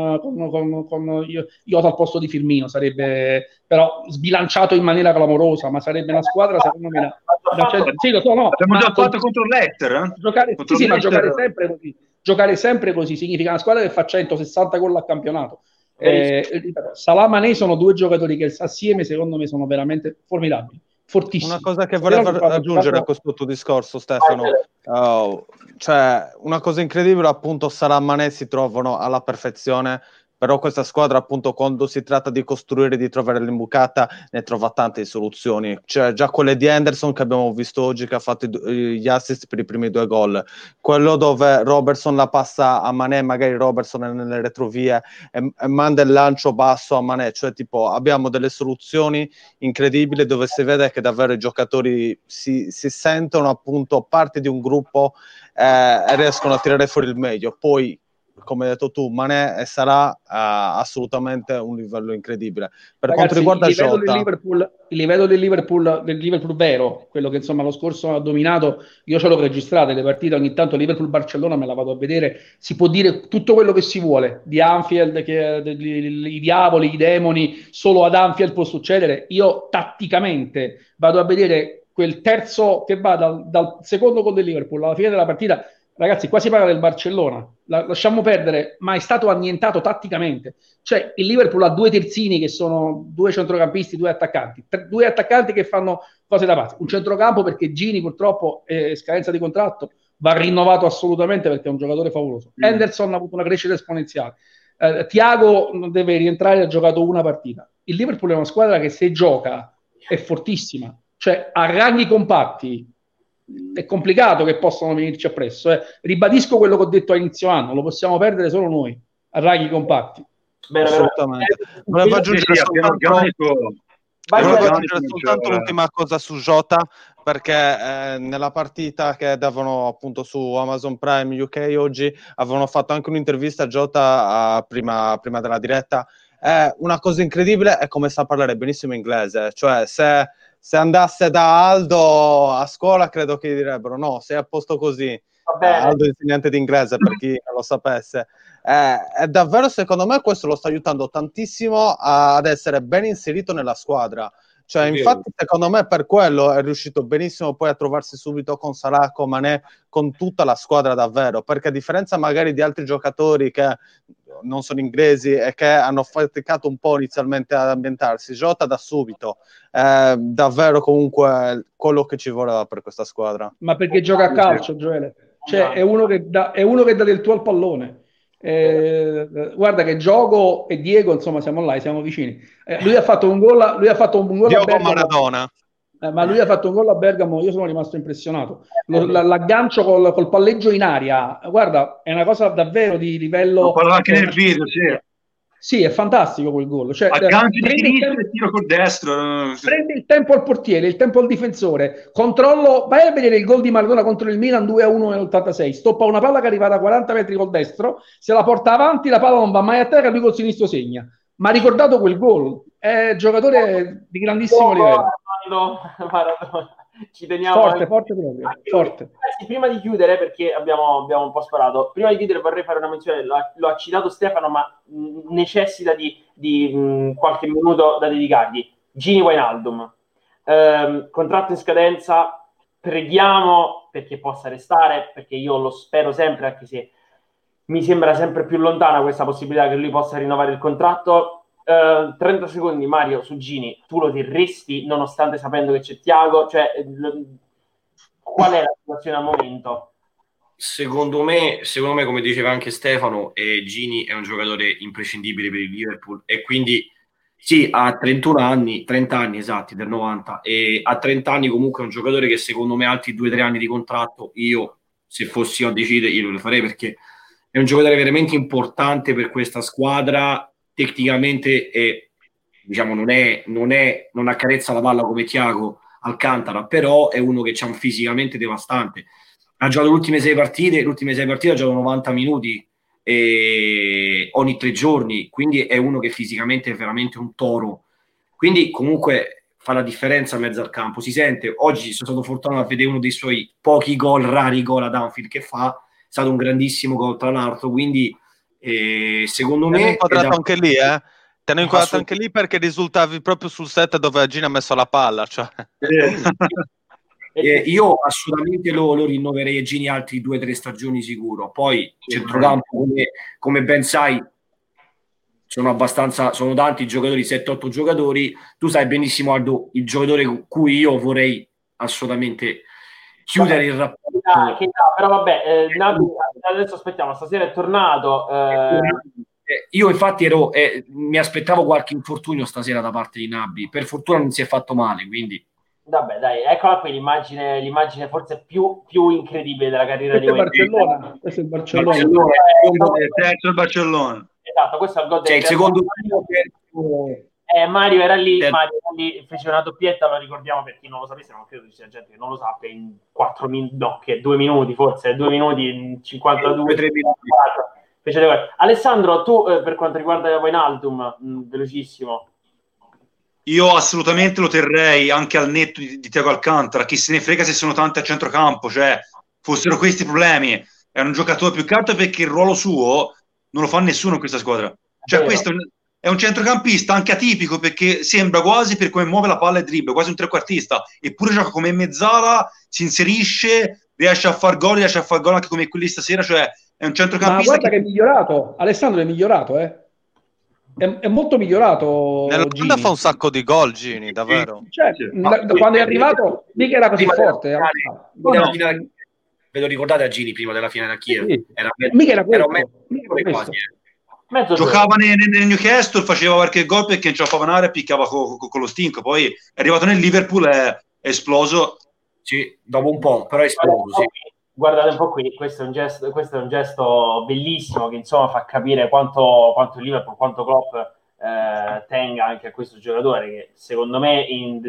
Speaker 4: con Jota al posto di Firmino, sarebbe però sbilanciato in maniera clamorosa, ma sarebbe una squadra secondo me
Speaker 3: sì, lo so, no, abbiamo già fatto contro l'Leicester,
Speaker 4: ma giocare sempre così significa una squadra che fa 160 gol al campionato. Salah, Mané sono due giocatori che assieme secondo me sono veramente formidabili, fortissimi.
Speaker 2: Una cosa che volevo aggiungere a questo tuo discorso, Stefano, cioè una cosa incredibile, appunto Salah, Mané si trovano alla perfezione, però questa squadra appunto quando si tratta di costruire, di trovare l'imbucata, ne trova tante soluzioni, cioè già quelle di Henderson che abbiamo visto oggi, che ha fatto gli assist per i primi 2 gol, quello dove Robertson la passa a Mané, magari Robertson è nelle retrovie e manda il lancio basso a Mané, cioè tipo abbiamo delle soluzioni incredibili dove si vede che davvero i giocatori si sentono appunto parte di un gruppo e riescono a tirare fuori il meglio. Poi come hai detto tu, Mané e Salah assolutamente un livello incredibile. Per
Speaker 4: Ragazzi,
Speaker 2: quanto riguarda
Speaker 4: il livello del Liverpool vero, quello che insomma lo scorso ha dominato, io ce l'ho registrato le partite, ogni tanto Liverpool-Barcellona me la vado a vedere, si può dire tutto quello che si vuole, di Anfield, i diavoli, i demoni, solo ad Anfield può succedere. Io tatticamente vado a vedere quel terzo che va dal secondo gol del Liverpool alla fine della partita. Ragazzi, qua si parla del Barcellona, lasciamo perdere, ma è stato annientato tatticamente. Cioè, il Liverpool ha 2 terzini che sono 2 centrocampisti, 2 attaccanti, 2 attaccanti che fanno cose da pazzi. Un centrocampo perché Gini purtroppo è scadenza di contratto, va rinnovato assolutamente perché è un giocatore favoloso. Henderson ha avuto una crescita esponenziale. Thiago deve rientrare, ha giocato una partita. Il Liverpool è una squadra che se gioca è fortissima, cioè ha ranghi compatti. È complicato che possano venirci appresso. Ribadisco quello che ho detto a inizio anno, lo possiamo perdere solo noi, a raghi compatti.
Speaker 2: Assolutamente. Volevo aggiungere soltanto l'ultima cosa su Jota, perché nella partita che davano appunto su Amazon Prime UK oggi avevano fatto anche un'intervista a Jota prima della diretta. Una cosa incredibile è come sa parlare benissimo inglese, cioè se andasse da Aldo a scuola credo che gli direbbero no, sei a posto così. Aldo è insegnante di inglese, per chi non lo sapesse. È davvero, secondo me, questo lo sta aiutando tantissimo ad essere ben inserito nella squadra. Cioè, infatti, secondo me, per quello è riuscito benissimo poi a trovarsi subito con Salah, con Mané, con tutta la squadra davvero, perché a differenza magari di altri giocatori che non sono inglesi e che hanno faticato un po' inizialmente ad ambientarsi, Jota da subito davvero comunque quello che ci voleva per questa squadra.
Speaker 4: Ma perché gioca a calcio, Gioele? Cioè, è uno che dà del tuo al pallone. Guarda che Gioco e Diego, insomma, siamo là, siamo vicini. Lui ha fatto un gol a Bergamo.
Speaker 2: Maradona.
Speaker 4: Ma lui ha fatto un gol a Bergamo, io sono rimasto impressionato. L'aggancio col palleggio in aria, guarda, è una cosa davvero di livello.
Speaker 3: Lo parlo anche nel video, sì.
Speaker 4: Sì, è fantastico quel gol. Cioè,
Speaker 3: aggancio di sinistra e tiro col destro.
Speaker 4: Prende il tempo al portiere, il tempo al difensore. Controllo, vai a vedere il gol di Maradona contro il Milan 2-1 nell'86. Stoppa una palla che arriva da 40 metri col destro, se la porta avanti, la palla non va mai a terra, lui col sinistro segna. Ma ha ricordato quel gol. È giocatore di grandissimo livello.
Speaker 1: Maradona. Ci teniamo
Speaker 4: forte proprio, forte.
Speaker 1: Prima di chiudere, perché abbiamo un po' sparato, prima di chiudere vorrei fare una menzione, lo ha citato Stefano, ma necessita di qualche minuto da dedicargli. Gini Wijnaldum, contratto in scadenza, preghiamo perché possa restare, perché io lo spero sempre, anche se mi sembra sempre più lontana questa possibilità che lui possa rinnovare il contratto. 30 secondi, Mario, su Gini, tu lo terresti nonostante sapendo che c'è Thiago? Cioè, qual è la situazione al momento?
Speaker 5: Secondo me, come diceva anche Stefano, Gini è un giocatore imprescindibile per il Liverpool e quindi sì, ha 30 anni esatti, del 90, e a 30 anni comunque è un giocatore che secondo me altri 2-3 anni di contratto, io se fossi io a decidere io lo farei, perché è un giocatore veramente importante per questa squadra. Tecnicamente è diciamo non accarezza la palla come Thiago Alcantara, però è uno che c'ha un fisicamente devastante. Ha giocato le ultime 6 partite ha giocato 90 minuti ogni 3 giorni, quindi è uno che fisicamente è veramente un toro, quindi comunque fa la differenza in mezzo al campo, si sente. Oggi sono stato fortunato a vedere uno dei suoi pochi rari gol ad Anfield che fa, è stato un grandissimo gol tra l'altro, quindi secondo me...
Speaker 2: Ti hanno inquadrato anche lì, Ti hanno inquadrato anche lì perché risultavi proprio sul set dove Gini ha messo la palla, cioè.
Speaker 5: Io assolutamente lo rinnoverei a Gini altri 2 o 3 stagioni sicuro. Poi centrocampo, come ben sai, sono tanti giocatori, 7-8 giocatori. Tu sai benissimo, Aldo, il giocatore con cui io vorrei assolutamente chiudere il rapporto.
Speaker 1: Però vabbè, Nabi, adesso aspettiamo, stasera è tornato.
Speaker 5: Io infatti mi aspettavo qualche infortunio stasera da parte di Nabi, per fortuna non si è fatto male, quindi...
Speaker 1: Vabbè, dai, eccola qui l'immagine forse più incredibile della carriera di
Speaker 4: Barcellona. Questo è il Barcellona.
Speaker 3: Il Barcellona.
Speaker 1: Esatto, questo è il gol del
Speaker 5: secondo
Speaker 1: Mario era lì, fece una doppietta, lo ricordiamo per chi non lo sapesse, non credo ci sia gente che non lo sappia, in 4 minuti, no, che 2 minuti forse, 2 minuti in 52, 3 minuti. Alessandro, tu per quanto riguarda Wijnaldum, velocissimo.
Speaker 3: Io assolutamente lo terrei anche al netto di Thiago Alcantara. Chi se ne frega se sono tanti a centrocampo, cioè fossero questi i problemi. È un giocatore più che altro perché il ruolo suo non lo fa nessuno in questa squadra. Cioè questo è un centrocampista anche atipico perché sembra quasi, per come muove la palla e dribbla, quasi un trequartista, eppure gioca come mezzala, si inserisce, riesce a far gol anche come quelli stasera, cioè è un centrocampista.
Speaker 4: Ma guarda che è migliorato, Alessandro è migliorato, È molto migliorato.
Speaker 2: Nella Gini fa un sacco di gol, Gini, davvero.
Speaker 4: Cioè, quando è arrivato, mica era così forte.
Speaker 5: Ve lo ricordate a Gini prima della finale a Kiev?
Speaker 4: Sì. Mica era questo.
Speaker 3: Giocava nel Newcastle, faceva qualche gol perché non c'era Pavanare e picchiava con lo stinco. Poi è arrivato nel Liverpool, è esploso.
Speaker 5: Sì, dopo un po', però è esploso. Sì.
Speaker 1: Guardate un po' qui, questo è un gesto bellissimo che insomma fa capire quanto il Liverpool, quanto Klopp tenga anche a questo giocatore che secondo me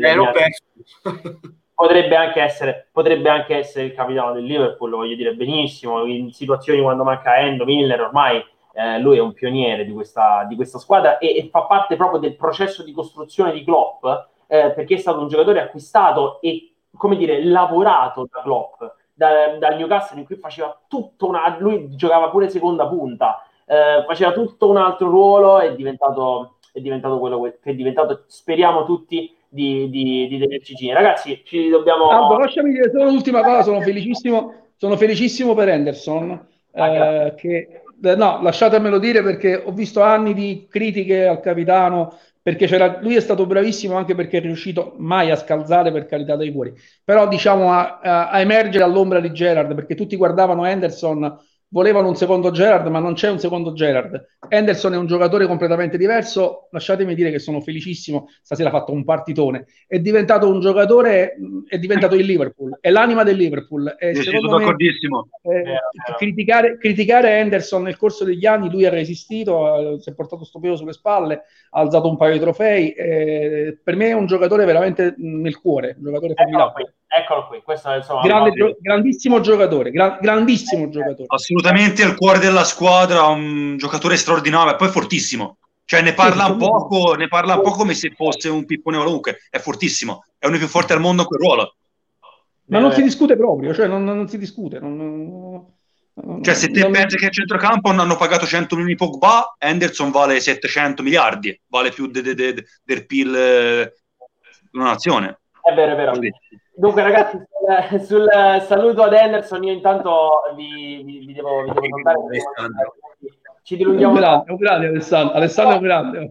Speaker 1: potrebbe anche essere il capitano del Liverpool, voglio dire benissimo, in situazioni quando manca Endo, Miller, ormai lui è un pioniere di questa squadra e fa parte proprio del processo di costruzione di Klopp, perché è stato un giocatore acquistato e, come dire, lavorato da Klopp, dal Newcastle, in cui faceva lui giocava pure seconda punta, faceva tutto un altro ruolo, è diventato quello che è diventato, speriamo tutti di tenerci Gini. Ragazzi, ci dobbiamo...
Speaker 4: Aldo, lasciami dire solo l'ultima cosa, sono felicissimo per Henderson, no, lasciatemelo dire perché ho visto anni di critiche al capitano, perché lui è stato bravissimo anche perché è riuscito mai a scalzare, per carità dei cuori, però diciamo a emergere all'ombra di Gerrard, perché tutti guardavano Henderson, volevano un secondo Gerrard, ma non c'è un secondo Gerrard. Henderson è un giocatore completamente diverso, lasciatemi dire che sono felicissimo, stasera ha fatto un partitone, è diventato un giocatore, è diventato il Liverpool, è l'anima del Liverpool. E
Speaker 3: sono d'accordissimo.
Speaker 4: Criticare Henderson nel corso degli anni, lui ha resistito, si è portato sto peso sulle spalle, ha alzato un paio di trofei, per me è un giocatore veramente nel cuore, un giocatore formidabile.
Speaker 1: Eccolo qui, questo è insomma
Speaker 4: grandissimo giocatore, grandissimo giocatore.
Speaker 3: Assolutamente al cuore della squadra, un giocatore straordinario e poi fortissimo. Cioè ne parla un po' come se fosse un pippone qualunque, è fortissimo, è uno dei più forti al mondo a quel ruolo.
Speaker 4: Ma non si discute proprio, cioè non si discute.
Speaker 3: Cioè se te pensi che a centrocampo hanno pagato 100 milioni Pogba, Henderson vale 700 miliardi, vale più del PIL di una nazione.
Speaker 1: È vero. Dunque ragazzi, sul saluto ad Henderson io intanto vi devo mandare. Ci dilunghiamo.
Speaker 4: È un grande Alessandro è un grande.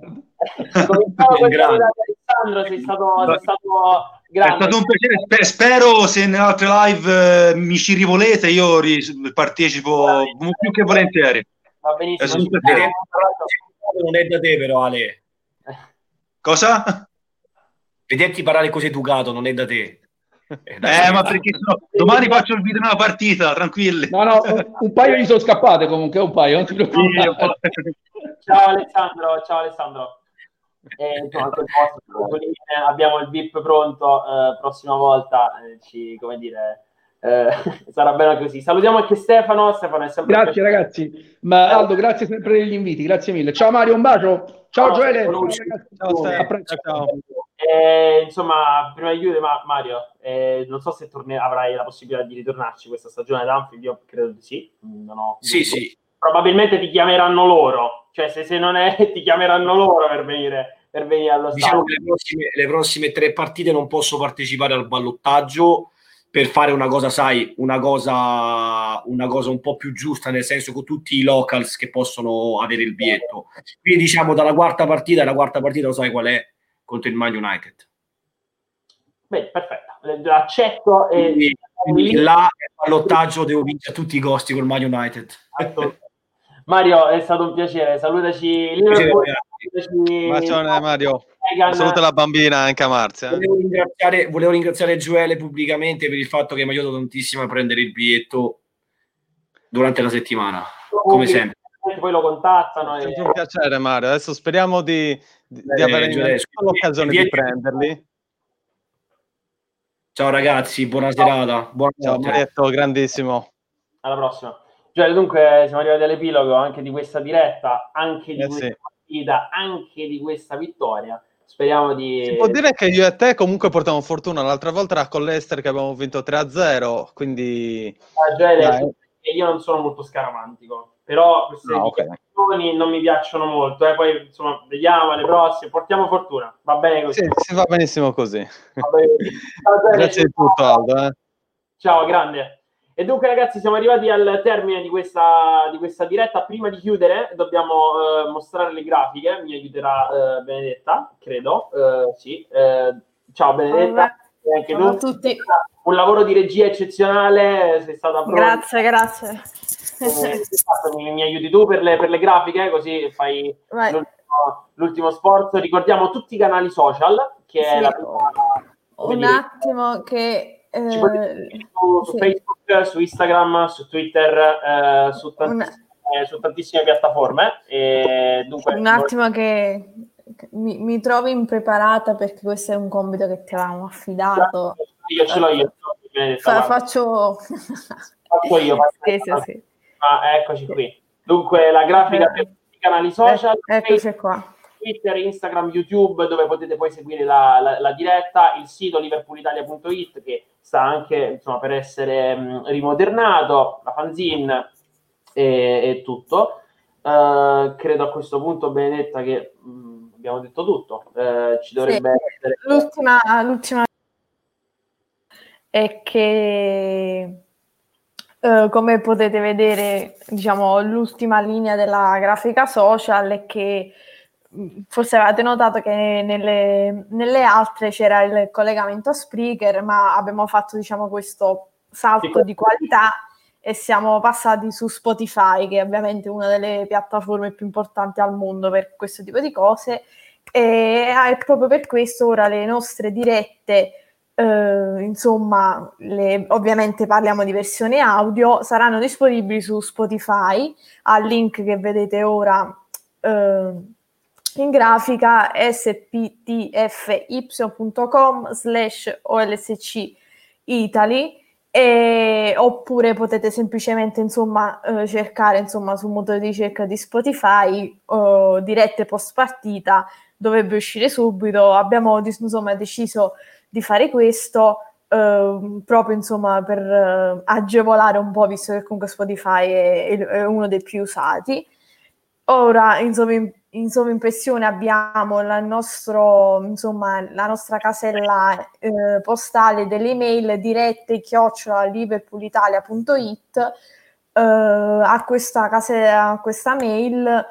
Speaker 1: Alessandro, sei stato grande.
Speaker 3: È stato un piacere, spero se nelle altre live mi ci rivolete, io partecipo più che volentieri.
Speaker 1: Va benissimo.
Speaker 5: Non è da te però, Ale.
Speaker 3: Cosa?
Speaker 5: Vederti parlare così educato non è da te.
Speaker 3: Ma perché domani faccio il video nella partita, tranquilli.
Speaker 4: No, un paio gli sono scappate comunque, un paio, non ti preoccupare.
Speaker 1: Ciao Alessandro. Insomma, abbiamo il VIP pronto, prossima volta come dire, sarà bene così. Salutiamo anche Stefano è sempre
Speaker 4: Grazie ragazzi, ma Aldo, grazie sempre degli inviti, grazie mille. Ciao Mario, un bacio. Ciao Gioele. Ciao, ragazzi.
Speaker 2: Ciao Stefano.
Speaker 4: Ciao.
Speaker 1: Insomma, prima di chiudere, Mario, non so se avrai la possibilità di ritornarci questa stagione ad Anfield, io credo di sì.
Speaker 5: Sì.
Speaker 1: Probabilmente ti chiameranno loro, cioè se non è, ti chiameranno loro per venire allo
Speaker 5: diciamo
Speaker 1: stadio.
Speaker 5: che le prossime 3 partite non posso partecipare al ballottaggio per fare una cosa, sai, una cosa un po' più giusta, nel senso con tutti i locals che possono avere il biglietto. Quindi diciamo la quarta partita lo sai qual è? Contro il Man United.
Speaker 1: Bene, perfetto, accetto.
Speaker 5: Quindi là il ballottaggio devo vincere a tutti i costi col Man United.
Speaker 1: Mario, è stato un piacere, salutaci Liverpool.
Speaker 2: Bacione Mario. Saluta la bambina anche a Marzia.
Speaker 5: Volevo ringraziare Gioele pubblicamente per il fatto che mi ha aiutato tantissimo a prendere il biglietto durante la settimana, come sempre.
Speaker 1: Poi lo contattano.
Speaker 2: È un piacere Mario, adesso speriamo di avere l'occasione di prenderli.
Speaker 5: Ciao ragazzi, buona serata.
Speaker 2: Ciao Marietto, grandissimo.
Speaker 1: Alla prossima. Cioè, dunque siamo arrivati all'epilogo anche di questa diretta, anche di questa partita, anche di questa vittoria. Speriamo di...
Speaker 2: Si può dire che io e te comunque portiamo fortuna. L'altra volta era con l'Ester che abbiamo vinto 3-0, quindi...
Speaker 1: io non sono molto scaramantico, però queste dichiarazioni non mi piacciono molto. Poi, insomma, vediamo alle prossime. Portiamo fortuna. Va bene così.
Speaker 2: Sì, si va benissimo così.
Speaker 1: Va bene così.
Speaker 2: Grazie di tutto, Aldo.
Speaker 1: Ciao, grande. E dunque ragazzi siamo arrivati al termine di questa diretta. Prima di chiudere dobbiamo mostrare le grafiche, mi aiuterà Benedetta, credo. Sì. Ciao Benedetta. Anche
Speaker 6: ciao a tutti.
Speaker 1: Un lavoro di regia eccezionale, sei stata pronta.
Speaker 6: Grazie.
Speaker 1: Mi aiuti tu per le grafiche, così fai l'ultimo sforzo. Ricordiamo tutti i canali social, che è la prima...
Speaker 6: Un attimo che...
Speaker 1: Ci su Facebook, su Instagram, su Twitter, su tantissime piattaforme. Dunque,
Speaker 6: un attimo che mi trovo impreparata perché questo è un compito che ti avevamo affidato.
Speaker 1: Io ce l'ho io.
Speaker 6: Faccio
Speaker 1: io.
Speaker 6: Sì.
Speaker 1: Eccoci qui. Dunque la grafica per tutti i canali social.
Speaker 6: Eccoci qua.
Speaker 1: Twitter, Instagram, YouTube, dove potete poi seguire la diretta, il sito liverpoolitalia.it che sta anche per essere rimodernato, la fanzine e tutto. Credo a questo punto, Benedetta, che abbiamo detto tutto. Ci dovrebbe essere...
Speaker 6: L'ultima è che come potete vedere, diciamo, l'ultima linea della grafica social è che forse avete notato che nelle altre c'era il collegamento a Spreaker, ma abbiamo fatto, diciamo, questo salto di qualità e siamo passati su Spotify, che è ovviamente una delle piattaforme più importanti al mondo per questo tipo di cose, e proprio per questo ora le nostre dirette, ovviamente parliamo di versione audio, saranno disponibili su Spotify al link che vedete ora in grafica, sptfy.com/olsc Italy, oppure potete semplicemente cercare sul motore di ricerca di Spotify dirette post partita, dovrebbe uscire subito. Abbiamo deciso di fare questo proprio per agevolare un po', visto che comunque Spotify è uno dei più usati. Ora, in sovrimpressione abbiamo la nostra casella postale delle email dirette@liverpoolitalia.it. A questa mail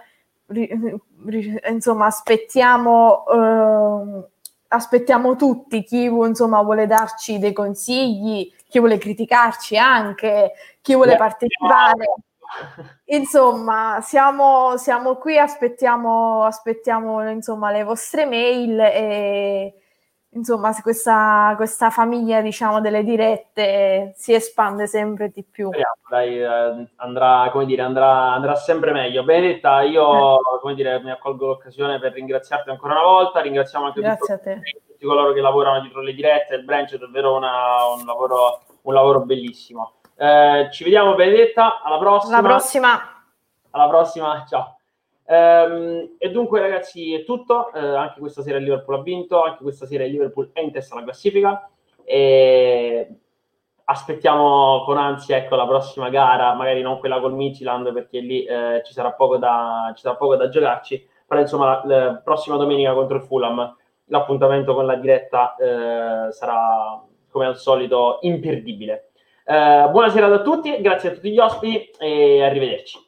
Speaker 6: aspettiamo tutti, chi vuole darci dei consigli, chi vuole criticarci anche, chi vuole partecipare. Insomma, siamo qui, aspettiamo le vostre mail e insomma, questa famiglia, diciamo, delle dirette si espande sempre di più.
Speaker 1: Speriamo, dai, andrà sempre meglio. Benedetta, io, come dire, mi accolgo l'occasione per ringraziarti ancora una volta, ringraziamo anche tutti coloro che lavorano dietro le dirette, il branch è davvero un lavoro bellissimo. Ci vediamo, Benedetta, alla prossima, ciao. E dunque, ragazzi, è tutto. Anche questa sera il Liverpool ha vinto, anche questa sera il Liverpool è in testa alla classifica e aspettiamo con ansia, ecco, la prossima gara, magari non quella col Midtjylland, perché lì ci sarà poco da giocarci, però insomma la prossima domenica contro il Fulham l'appuntamento con la diretta sarà, come al solito, imperdibile. Buonasera a tutti, grazie a tutti gli ospiti e arrivederci.